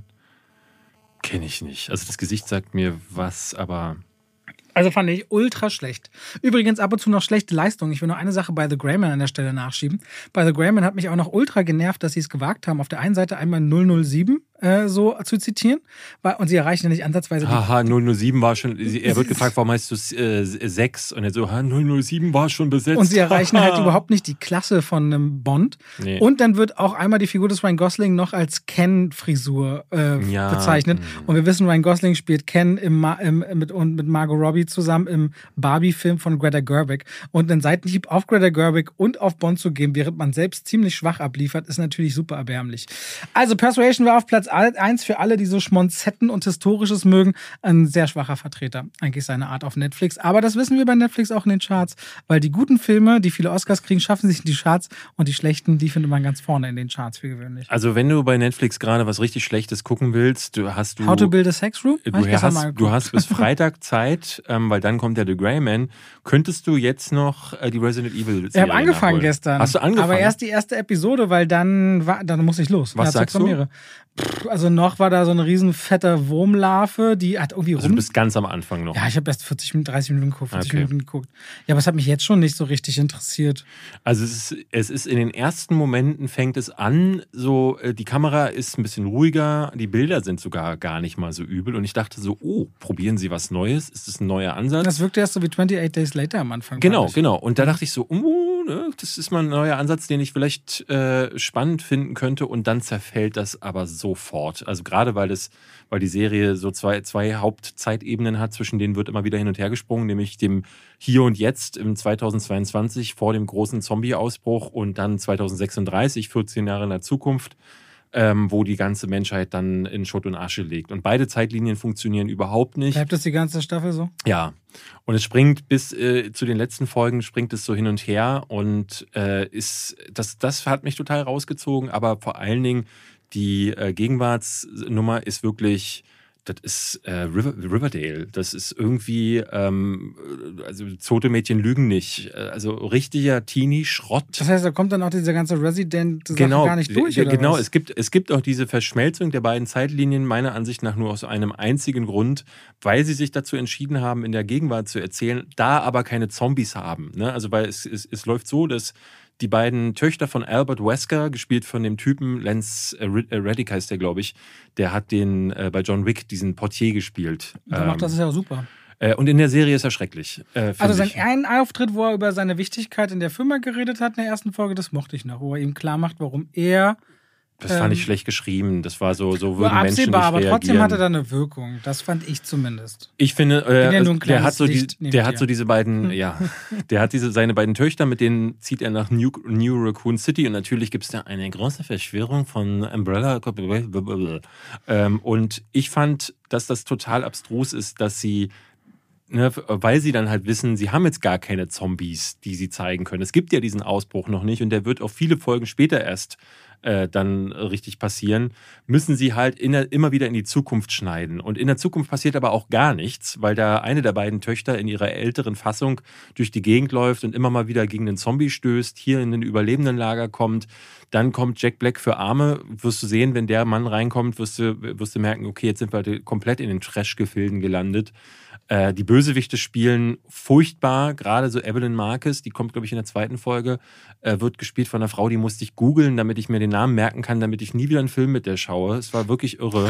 Kenne ich nicht. Also das Gesicht sagt mir was, aber... Also fand ich ultra schlecht. Übrigens ab und zu noch schlechte Leistung. Ich will noch eine Sache bei The Grey Man an der Stelle nachschieben. Bei The Grey Man hat mich auch noch ultra genervt, dass sie es gewagt haben, auf der einen Seite einmal null null sieben äh, so zu zitieren. Und sie erreichen ja nicht ansatzweise die... Haha, null null sieben war schon... Er wird gefragt, warum heißt du äh, sechs? Und er so, ha, null null sieben war schon besetzt. Und sie erreichen halt überhaupt nicht die Klasse von einem Bond. Nee. Und dann wird auch einmal die Figur des Ryan Gosling noch als Ken-Frisur äh, Ja, bezeichnet. mh. Und wir wissen, Ryan Gosling spielt Ken im Ma im, mit, und mit Margot Robbie zusammen im Barbie-Film von Greta Gerwig. Und einen Seitenhieb auf Greta Gerwig und auf Bond zu geben, während man selbst ziemlich schwach abliefert, ist natürlich super erbärmlich. Also Persuasion war auf Platz eins für alle, die so Schmonzetten und Historisches mögen. Ein sehr schwacher Vertreter, eigentlich seine Art auf Netflix. Aber das wissen wir bei Netflix auch in den Charts, weil die guten Filme, die viele Oscars kriegen, schaffen sich in die Charts und die schlechten, die findet man ganz vorne in den Charts für gewöhnlich. Also wenn du bei Netflix gerade was richtig Schlechtes gucken willst, du hast du... How to Build a Sex Room? Du hast, du hast bis Freitag Zeit, ähm, weil dann kommt der The Grey Man. Könntest du jetzt noch äh, die Resident Evil Serie Ich habe angefangen nachholen? gestern. Hast du angefangen? Aber erst die erste Episode, weil dann war, dann muss ich los. Was Ja, zur sagst du? Premiere. Pff, also noch war da so eine riesen fette Wurmlarve, die hat irgendwie Also rum... du bist ganz am Anfang noch. Ja, ich habe erst vierzig Minuten, dreißig Minuten geguckt, vierzig Okay. Minuten geguckt. Ja, aber es hat mich jetzt schon nicht so richtig interessiert. Also es ist, es ist in den ersten Momenten fängt es an, so äh, die Kamera ist ein bisschen ruhiger, die Bilder sind sogar gar nicht mal so übel und ich dachte so, oh, probieren Sie was Neues? Ist das ein neuer Ansatz? Das wirkte erst so wie achtundachtzig Days Later am Anfang. Genau, fand ich. genau. Und da dachte ich so, oh, ne, das ist mal ein neuer Ansatz, den ich vielleicht äh, spannend finden könnte. Und dann zerfällt das aber sofort. Also gerade weil es, weil die Serie so zwei, zwei Hauptzeitebenen hat, zwischen denen wird immer wieder hin und her gesprungen, nämlich dem Hier und Jetzt im zweitausendzweiundzwanzig vor dem großen Zombie-Ausbruch und dann zweitausendsechsunddreißig, vierzehn Jahre in der Zukunft. ähm, wo die ganze Menschheit dann in Schutt und Asche liegt. Und beide Zeitlinien funktionieren überhaupt nicht. Bleibt das die ganze Staffel so? Ja. Und es springt bis äh, zu den letzten Folgen, springt es so hin und her. Und äh, ist, das, das hat mich total rausgezogen. Aber vor allen Dingen die äh, Gegenwartsnummer ist wirklich... Das ist äh, River, Riverdale. Das ist irgendwie, ähm, also Zote Mädchen lügen nicht. Also richtiger Teenie-Schrott. Das heißt, da kommt dann auch diese ganze Resident-Sache genau, gar nicht durch, oder Genau, was? es gibt, es gibt auch diese Verschmelzung der beiden Zeitlinien meiner Ansicht nach nur aus einem einzigen Grund, weil sie sich dazu entschieden haben, in der Gegenwart zu erzählen, da aber keine Zombies haben. Ne? Also weil es, es, es läuft so, dass die beiden Töchter von Albert Wesker, gespielt von dem Typen, Lance Reddick heißt der, glaube ich, der hat den äh, bei John Wick diesen Portier gespielt. Der macht das ja auch super. Äh, und in der Serie ist er schrecklich. Äh, also sein ich. einen Auftritt, wo er über seine Wichtigkeit in der Firma geredet hat in der ersten Folge, das mochte ich noch, wo er ihm klar macht, warum er... Das fand ich schlecht geschrieben. Das war so, so würden war Menschen nicht absehbar, aber reagieren. trotzdem hatte er eine Wirkung. Das fand ich zumindest. Ich finde, äh, ja nur ein der hat so, Licht die, der hat dir. so diese beiden, ja, der hat diese seine beiden Töchter, mit denen zieht er nach New, New Raccoon City und natürlich gibt es da eine große Verschwörung von Umbrella. Ähm, und ich fand, dass das total abstrus ist, dass sie Ne, weil sie dann halt wissen, sie haben jetzt gar keine Zombies, die sie zeigen können. Es gibt ja diesen Ausbruch noch nicht und der wird auch viele Folgen später erst äh, dann richtig passieren, müssen sie halt in der, immer wieder in die Zukunft schneiden. Und in der Zukunft passiert aber auch gar nichts, weil da eine der beiden Töchter in ihrer älteren Fassung durch die Gegend läuft und immer mal wieder gegen einen Zombie stößt, hier in den Überlebendenlager kommt. Dann kommt Jack Black für Arme. Wirst du sehen, wenn der Mann reinkommt, wirst du, wirst du merken, okay, jetzt sind wir komplett in den Trash-Gefilden gelandet. Äh, die Bösewichte spielen furchtbar, gerade so Evelyn Marcus, die kommt, glaube ich, in der zweiten Folge, äh, wird gespielt von einer Frau, die musste ich googeln, damit ich mir den Namen merken kann, damit ich nie wieder einen Film mit der schaue. Es war wirklich irre.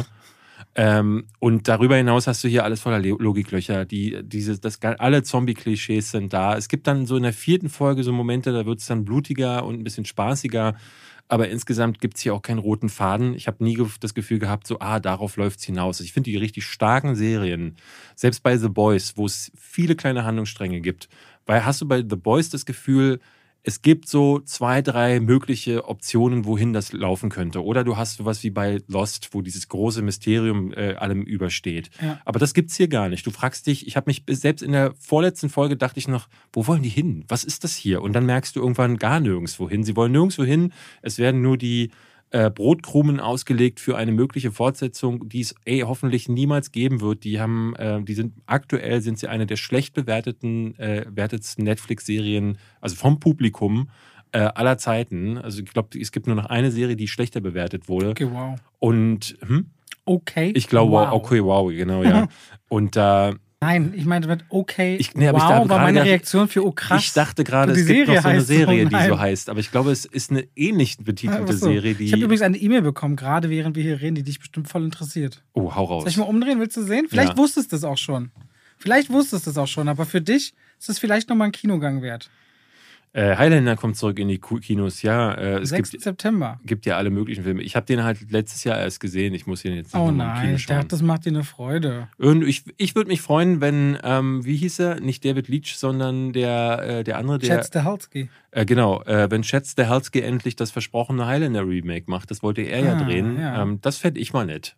Ähm, und darüber hinaus hast du hier alles voller Logiklöcher. Die, diese, das, alle Zombie-Klischees sind da. Es gibt dann so in der vierten Folge so Momente, da wird es dann blutiger und ein bisschen spaßiger. Aber insgesamt gibt es hier auch keinen roten Faden. Ich habe nie das Gefühl gehabt, so, ah, darauf läuft es hinaus. Ich finde die richtig starken Serien, selbst bei The Boys, wo es viele kleine Handlungsstränge gibt, weil hast du bei The Boys das Gefühl, es gibt so zwei, drei mögliche Optionen, wohin das laufen könnte. Oder du hast sowas wie bei Lost, wo dieses große Mysterium äh, allem übersteht. Ja. Aber das gibt's hier gar nicht. Du fragst dich, ich habe mich selbst in der vorletzten Folge dachte ich noch, wo wollen die hin? Was ist das hier? Und dann merkst du irgendwann gar nirgendwo hin. Sie wollen nirgendwo hin. Es werden nur die äh, Brotkrumen ausgelegt für eine mögliche Fortsetzung, die es ey, hoffentlich niemals geben wird. Die haben, äh, die sind aktuell sind sie eine der schlecht bewerteten, äh, wertetsten Netflix-Serien, also vom Publikum äh, aller Zeiten. Also ich glaube, es gibt nur noch eine Serie, die schlechter bewertet wurde. Okay, wow. Und hm? okay, ich glaube, wow. okay, wow, genau, ja. Und da äh, Nein, ich meinte mit okay, ich, nee, wow, ich dachte, war meine gedacht, Reaktion für oh krass. Ich dachte gerade, es Serie gibt noch so eine Serie, so, die so heißt. Aber ich glaube, es ist eine ähnlich betitelte so. Serie, die... Ich habe übrigens eine E-Mail bekommen, gerade während wir hier reden, die dich bestimmt voll interessiert. Oh, hau raus. Soll ich mal umdrehen? Willst du sehen? Vielleicht ja. wusstest du es auch schon. Vielleicht wusstest du es auch schon, aber für dich ist es vielleicht nochmal ein Kinogang wert. Äh, Highlander kommt zurück in die Kinos, ja. Äh, es sechsten gibt, September. gibt ja alle möglichen Filme. Ich habe den halt letztes Jahr erst gesehen. Ich muss ihn jetzt nicht oh nochmal im Kino nein, schauen. Ich dachte, das macht dir eine Freude. Und ich ich würde mich freuen, wenn, ähm, wie hieß er? Nicht David Leitch, sondern der, äh, der andere, der... Chad Stahelski. Äh, genau, äh, wenn Chad Stahelski endlich das versprochene Highlander-Remake macht. Das wollte er ja ah, drehen. Ja. Ähm, das fände ich mal nett.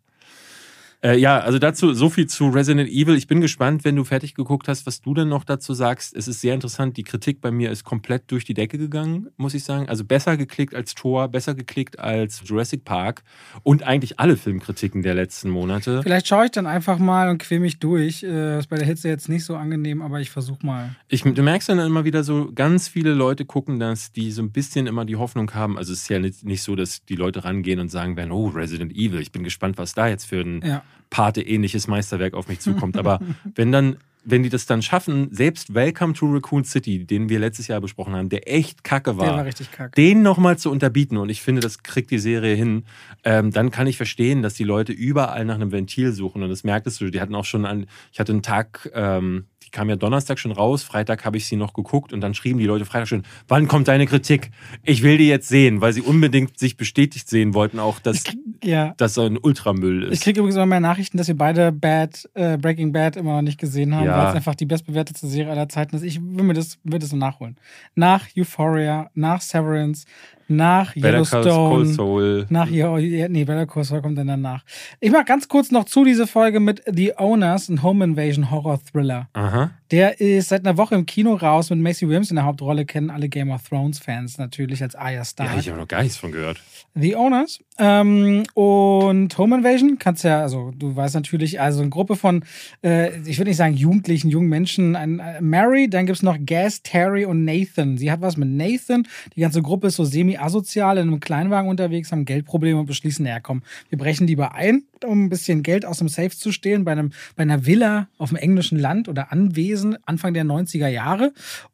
Äh, ja, also dazu so viel zu Resident Evil. Ich bin gespannt, wenn du fertig geguckt hast, was du denn noch dazu sagst. Es ist sehr interessant. Die Kritik bei mir ist komplett durch die Decke gegangen, muss ich sagen. Also besser geklickt als Thor, besser geklickt als Jurassic Park und eigentlich alle Filmkritiken der letzten Monate. Vielleicht schaue ich dann einfach mal und quäl mich durch. Äh, ist bei der Hitze jetzt nicht so angenehm, aber ich versuche mal. Ich, du merkst dann immer wieder so, ganz viele Leute gucken das, die so ein bisschen immer die Hoffnung haben. Also es ist ja nicht, nicht so, dass die Leute rangehen und sagen werden, oh, Resident Evil, ich bin gespannt, was da jetzt für ein ja. Pate-ähnliches Meisterwerk auf mich zukommt. Aber wenn dann, wenn die das dann schaffen, selbst Welcome to Raccoon City, den wir letztes Jahr besprochen haben, der echt kacke war, der war richtig kacke. Den nochmal zu unterbieten, und ich finde, das kriegt die Serie hin, ähm, dann kann ich verstehen, dass die Leute überall nach einem Ventil suchen. Und das merktest du, die hatten auch schon an, ich hatte einen Tag, ähm, die kam ja Donnerstag schon raus, Freitag habe ich sie noch geguckt und dann schrieben die Leute Freitag schon, wann kommt deine Kritik? Ich will die jetzt sehen, weil sie unbedingt sich bestätigt sehen wollten, auch dass ja. das so ein Ultramüll ist. Ich kriege übrigens immer mehr Nachrichten, dass wir beide Bad, äh, Breaking Bad immer noch nicht gesehen haben, ja. weil es einfach die bestbewertete Serie aller Zeiten ist. Ich will mir das, will das so nachholen. Nach Euphoria, nach Severance, nach Better Call Yellowstone. Saul. Nach hier, nee, Better Call Saul kommt dann danach. Ich mach ganz kurz noch zu diese Folge mit The Owners, ein Home Invasion Horror Thriller. Aha. Der ist seit einer Woche im Kino raus mit Macy Williams in der Hauptrolle, kennen alle Game of Thrones Fans natürlich als Arya Stark. Ja, ich habe noch gar nichts von gehört. The Owners. Ähm, und Home Invasion, kannst ja, also du weißt natürlich, also eine Gruppe von, äh, ich würde nicht sagen Jugendlichen, jungen Menschen, ein, äh, Mary, dann gibt es noch Gaz, Terry und Nathan. Sie hat was mit Nathan. Die ganze Gruppe ist so semi-asozial in einem Kleinwagen unterwegs, haben Geldprobleme und beschließen, naja komm, wir brechen lieber ein, um ein bisschen Geld aus dem Safe zu stehlen, bei, einem, bei einer Villa auf dem englischen Land oder Anwesen Anfang der neunziger Jahre.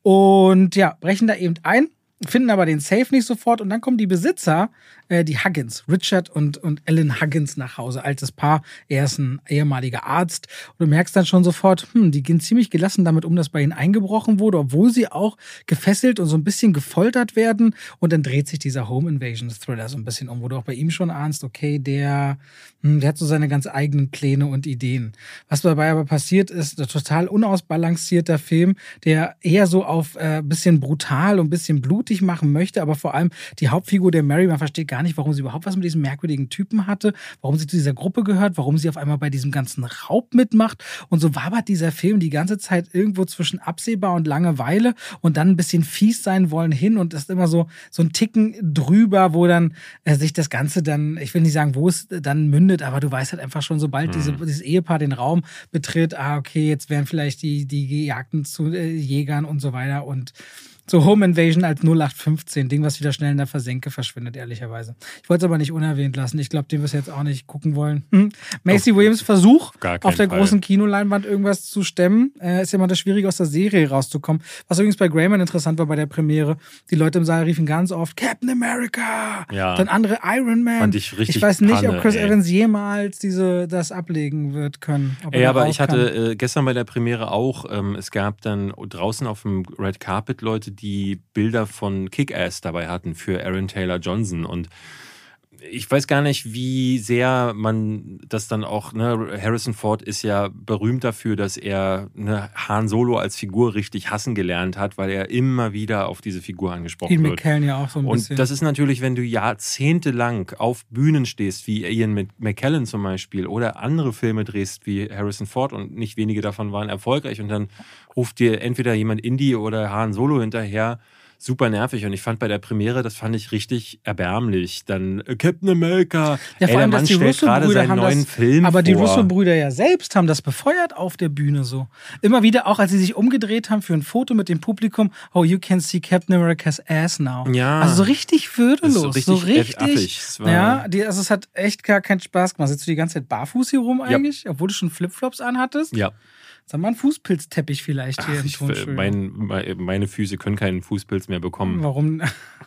Und ja, brechen da eben ein, finden aber den Safe nicht sofort und dann kommen die Besitzer, äh, die Huggins, Richard und, und Ellen Huggins nach Hause, altes Paar. Er ist ein ehemaliger Arzt und du merkst dann schon sofort, hm, die gehen ziemlich gelassen damit um, dass bei ihnen eingebrochen wurde, obwohl sie auch gefesselt und so ein bisschen gefoltert werden und dann dreht sich dieser Home Invasion Thriller so ein bisschen um, wo du auch bei ihm schon ahnst, okay, der, hm, der hat so seine ganz eigenen Pläne und Ideen. Was dabei aber passiert ist, ein total unausbalancierter Film, der eher so auf äh, bisschen brutal und ein bisschen blutig machen möchte, aber vor allem die Hauptfigur der Mary, man versteht gar nicht, warum sie überhaupt was mit diesem merkwürdigen Typen hatte, warum sie zu dieser Gruppe gehört, warum sie auf einmal bei diesem ganzen Raub mitmacht und so wabert dieser Film die ganze Zeit irgendwo zwischen absehbar und Langeweile und dann ein bisschen fies sein wollen hin und ist immer so, so ein Ticken drüber, wo dann äh, sich das Ganze dann, ich will nicht sagen, wo es dann mündet, aber du weißt halt einfach schon, sobald mhm. diese, dieses Ehepaar den Raum betritt, ah okay, jetzt werden vielleicht die, die Gejagten zu äh, Jägern und so weiter und so Home Invasion als null acht fünfzehn, Ding, was wieder schnell in der Versenke verschwindet, ehrlicherweise. Ich wollte es aber nicht unerwähnt lassen. Ich glaube, den wirst du jetzt auch nicht gucken wollen. Hm. Macy auf, Williams Versuch, auf der Fall. großen Kinoleinwand irgendwas zu stemmen. Äh, ist ja immer das Schwierige, aus der Serie rauszukommen. Was übrigens bei Greyman interessant war bei der Premiere. Die Leute im Saal riefen ganz oft Captain America. Ja. Dann andere Iron Man. Fand ich richtig ich weiß nicht, Panne, ob Chris ey. Evans jemals diese, das ablegen wird können. Ey, aber ich hatte äh, gestern bei der Premiere auch, ähm, es gab dann draußen auf dem Red Carpet Leute, die Bilder von Kick-Ass dabei hatten für Aaron Taylor Johnson und ich weiß gar nicht, wie sehr man das dann auch, ne, Harrison Ford ist ja berühmt dafür, dass er ne, Han Solo als Figur richtig hassen gelernt hat, weil er immer wieder auf diese Figur angesprochen Ian wird. McKellen ja auch so ein und bisschen. Das ist natürlich, wenn du jahrzehntelang auf Bühnen stehst, wie Ian McKellen zum Beispiel, oder andere Filme drehst wie Harrison Ford und nicht wenige davon waren erfolgreich und dann ruft dir entweder jemand Indy oder Han Solo hinterher, super nervig und ich fand bei der Premiere, das fand ich richtig erbärmlich. Dann äh, Captain America, ja, vor ey, allem, der Mann dass die stellt gerade seinen haben neuen das, Film aber vor. die Russo-Brüder ja selbst haben das befeuert auf der Bühne so. Immer wieder, auch als sie sich umgedreht haben für ein Foto mit dem Publikum, oh, you can see Captain America's ass now. Ja. Also so richtig würdelos. So richtig. So richtig affig. Ja, die, also es hat echt gar keinen Spaß gemacht. Sitzt du die ganze Zeit barfuß hier rum eigentlich, ja. obwohl du schon Flipflops anhattest? Ja. Sag mal einen Fußpilzteppich vielleicht Ach, hier im ich, Tonstudio. mein, meine Füße können keinen Fußpilz mehr bekommen. Warum?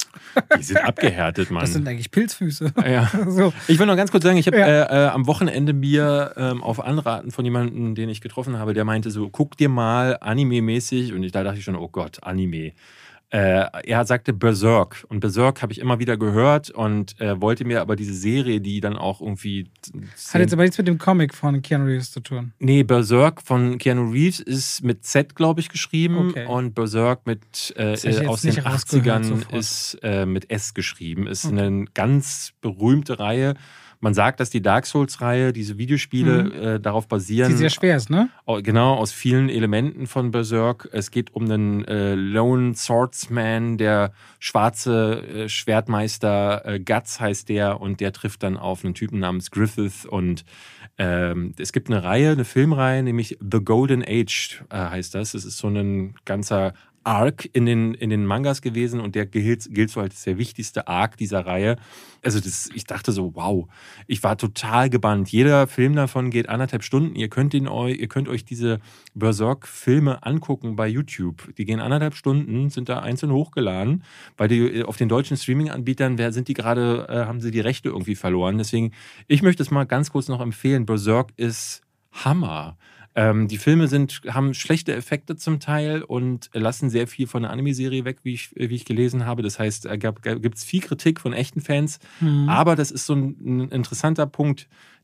Die sind abgehärtet, Mann. Das sind eigentlich Pilzfüße. Ja. So. Ich will noch ganz kurz sagen, ich habe ja. äh, äh, am Wochenende mir ähm, auf Anraten von jemandem, den ich getroffen habe, der meinte so, guck dir mal Anime-mäßig, und ich, da dachte ich schon, oh Gott, Anime. Äh, er sagte Berserk und Berserk habe ich immer wieder gehört und äh, wollte mir aber diese Serie, die dann auch irgendwie... Hat jetzt aber nichts mit dem Comic von Keanu Reeves zu tun. Nee, Berserk von Keanu Reeves ist mit Z, glaube ich, geschrieben okay. und Berserk mit äh, aus den achtzigern sofort. ist äh, mit S geschrieben. Ist okay. eine ganz berühmte Reihe. Man sagt, dass die Dark Souls-Reihe, diese Videospiele, mhm. äh, darauf basieren. Die sehr schwer ist, ne? Genau, aus vielen Elementen von Berserk. Es geht um einen äh, Lone Swordsman, der schwarze äh, Schwertmeister, äh, Guts heißt der, und der trifft dann auf einen Typen namens Griffith. Und ähm, es gibt eine Reihe, eine Filmreihe, nämlich The Golden Age äh, heißt das. Das ist so ein ganzer Arc in den, in den Mangas gewesen und der gilt, gilt so als der wichtigste Arc dieser Reihe. Also das, ich dachte so, wow, ich war total gebannt. Jeder Film davon geht anderthalb Stunden. Ihr könnt, ihn, ihr könnt euch diese Berserk-Filme angucken bei YouTube. Die gehen anderthalb Stunden, sind da einzeln hochgeladen, weil die auf den deutschen Streaming-Anbietern, wer sind die gerade, äh, haben sie die Rechte irgendwie verloren. Deswegen, ich möchte es mal ganz kurz noch empfehlen. Berserk ist Hammer. Ähm, die Filme sind, haben schlechte Effekte zum Teil und lassen sehr viel von der Anime-Serie weg, wie ich, wie ich gelesen habe. Das heißt, da gibt es viel Kritik von echten Fans. Mhm. Aber das ist so ein, ein interessanter Punkt.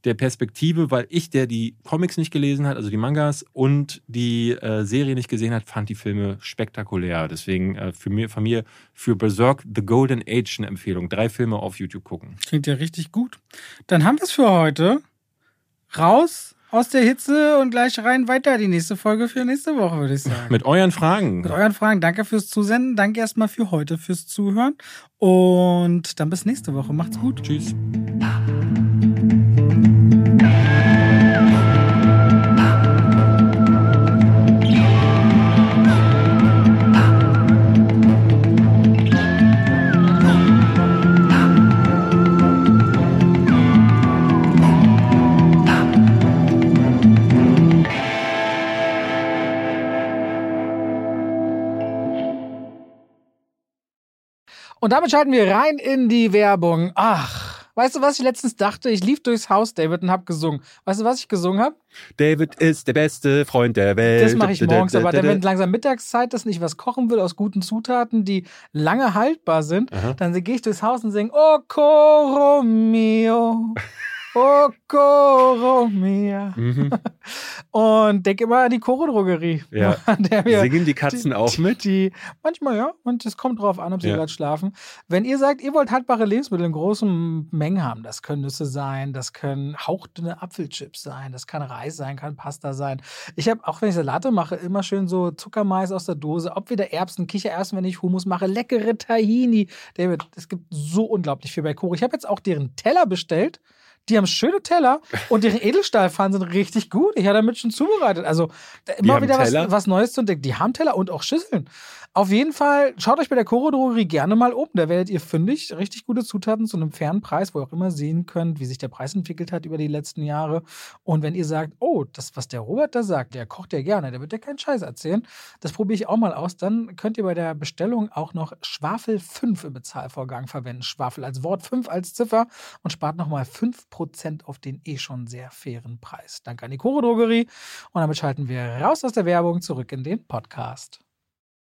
der Perspektive, weil ich, der die Comics nicht gelesen hat, also die Mangas und die äh, Serie nicht gesehen hat, fand die Filme spektakulär. Deswegen äh, für mir, von mir für Berserk The Golden Age eine Empfehlung. Drei Filme auf YouTube gucken. Klingt ja richtig gut. Dann haben wir es für heute. Raus aus der Hitze und gleich rein weiter. Die nächste Folge für nächste Woche, würde ich sagen. Mit euren Fragen. Mit euren Fragen. Danke fürs Zusenden. Danke erstmal für heute, fürs Zuhören. Und dann bis nächste Woche. Macht's gut. Tschüss. Und damit schalten wir rein in die Werbung. Ach, weißt du, was ich letztens dachte? Ich lief durchs Haus, David, und hab gesungen. Weißt du, was ich gesungen habe? David ist der beste Freund der Welt. Das mache ich morgens, aber wenn langsam Mittagszeit ist und ich was kochen will aus guten Zutaten, die lange haltbar sind, Aha. dann gehe ich durchs Haus und singe O coro mio, O coro mio. Mhm. Und denke immer an die Coro-Drogerie. Ja. Singen die Katzen die, auch mit? Die, manchmal ja, und es kommt drauf an, ob sie ja. gerade schlafen. Wenn ihr sagt, ihr wollt haltbare Lebensmittel in großen Mengen haben, das können Nüsse sein, das können hauchdünne Apfelchips sein, das kann Reis sein, kann Pasta sein. Ich habe, auch wenn ich Salate mache, immer schön so Zuckermais aus der Dose, ob wieder Erbsen, Kichererbsen, wenn ich Hummus mache, leckere Tahini. David, es gibt so unglaublich viel bei Coro. Ich habe jetzt auch deren Teller bestellt. Die haben schöne Teller und deren Edelstahlpfannen sind richtig gut. Ich habe damit schon zubereitet. Also immer wieder was, was Neues zu entdecken. Die haben Teller und auch Schüsseln. Auf jeden Fall, schaut euch bei der Coro-Drogerie gerne mal um. Da werdet ihr fündig. Richtig gute Zutaten zu einem fairen Preis, wo ihr auch immer sehen könnt, wie sich der Preis entwickelt hat über die letzten Jahre. Und wenn ihr sagt, oh, das, was der Robert da sagt, der kocht ja gerne, der wird ja keinen Scheiß erzählen, das probiere ich auch mal aus, dann könnt ihr bei der Bestellung auch noch Schwafel fünf im Bezahlvorgang verwenden. Schwafel als Wort, fünf als Ziffer und spart nochmal fünf Prozent auf den eh schon sehr fairen Preis. Danke an die Coro-Drogerie. Und damit schalten wir raus aus der Werbung zurück in den Podcast.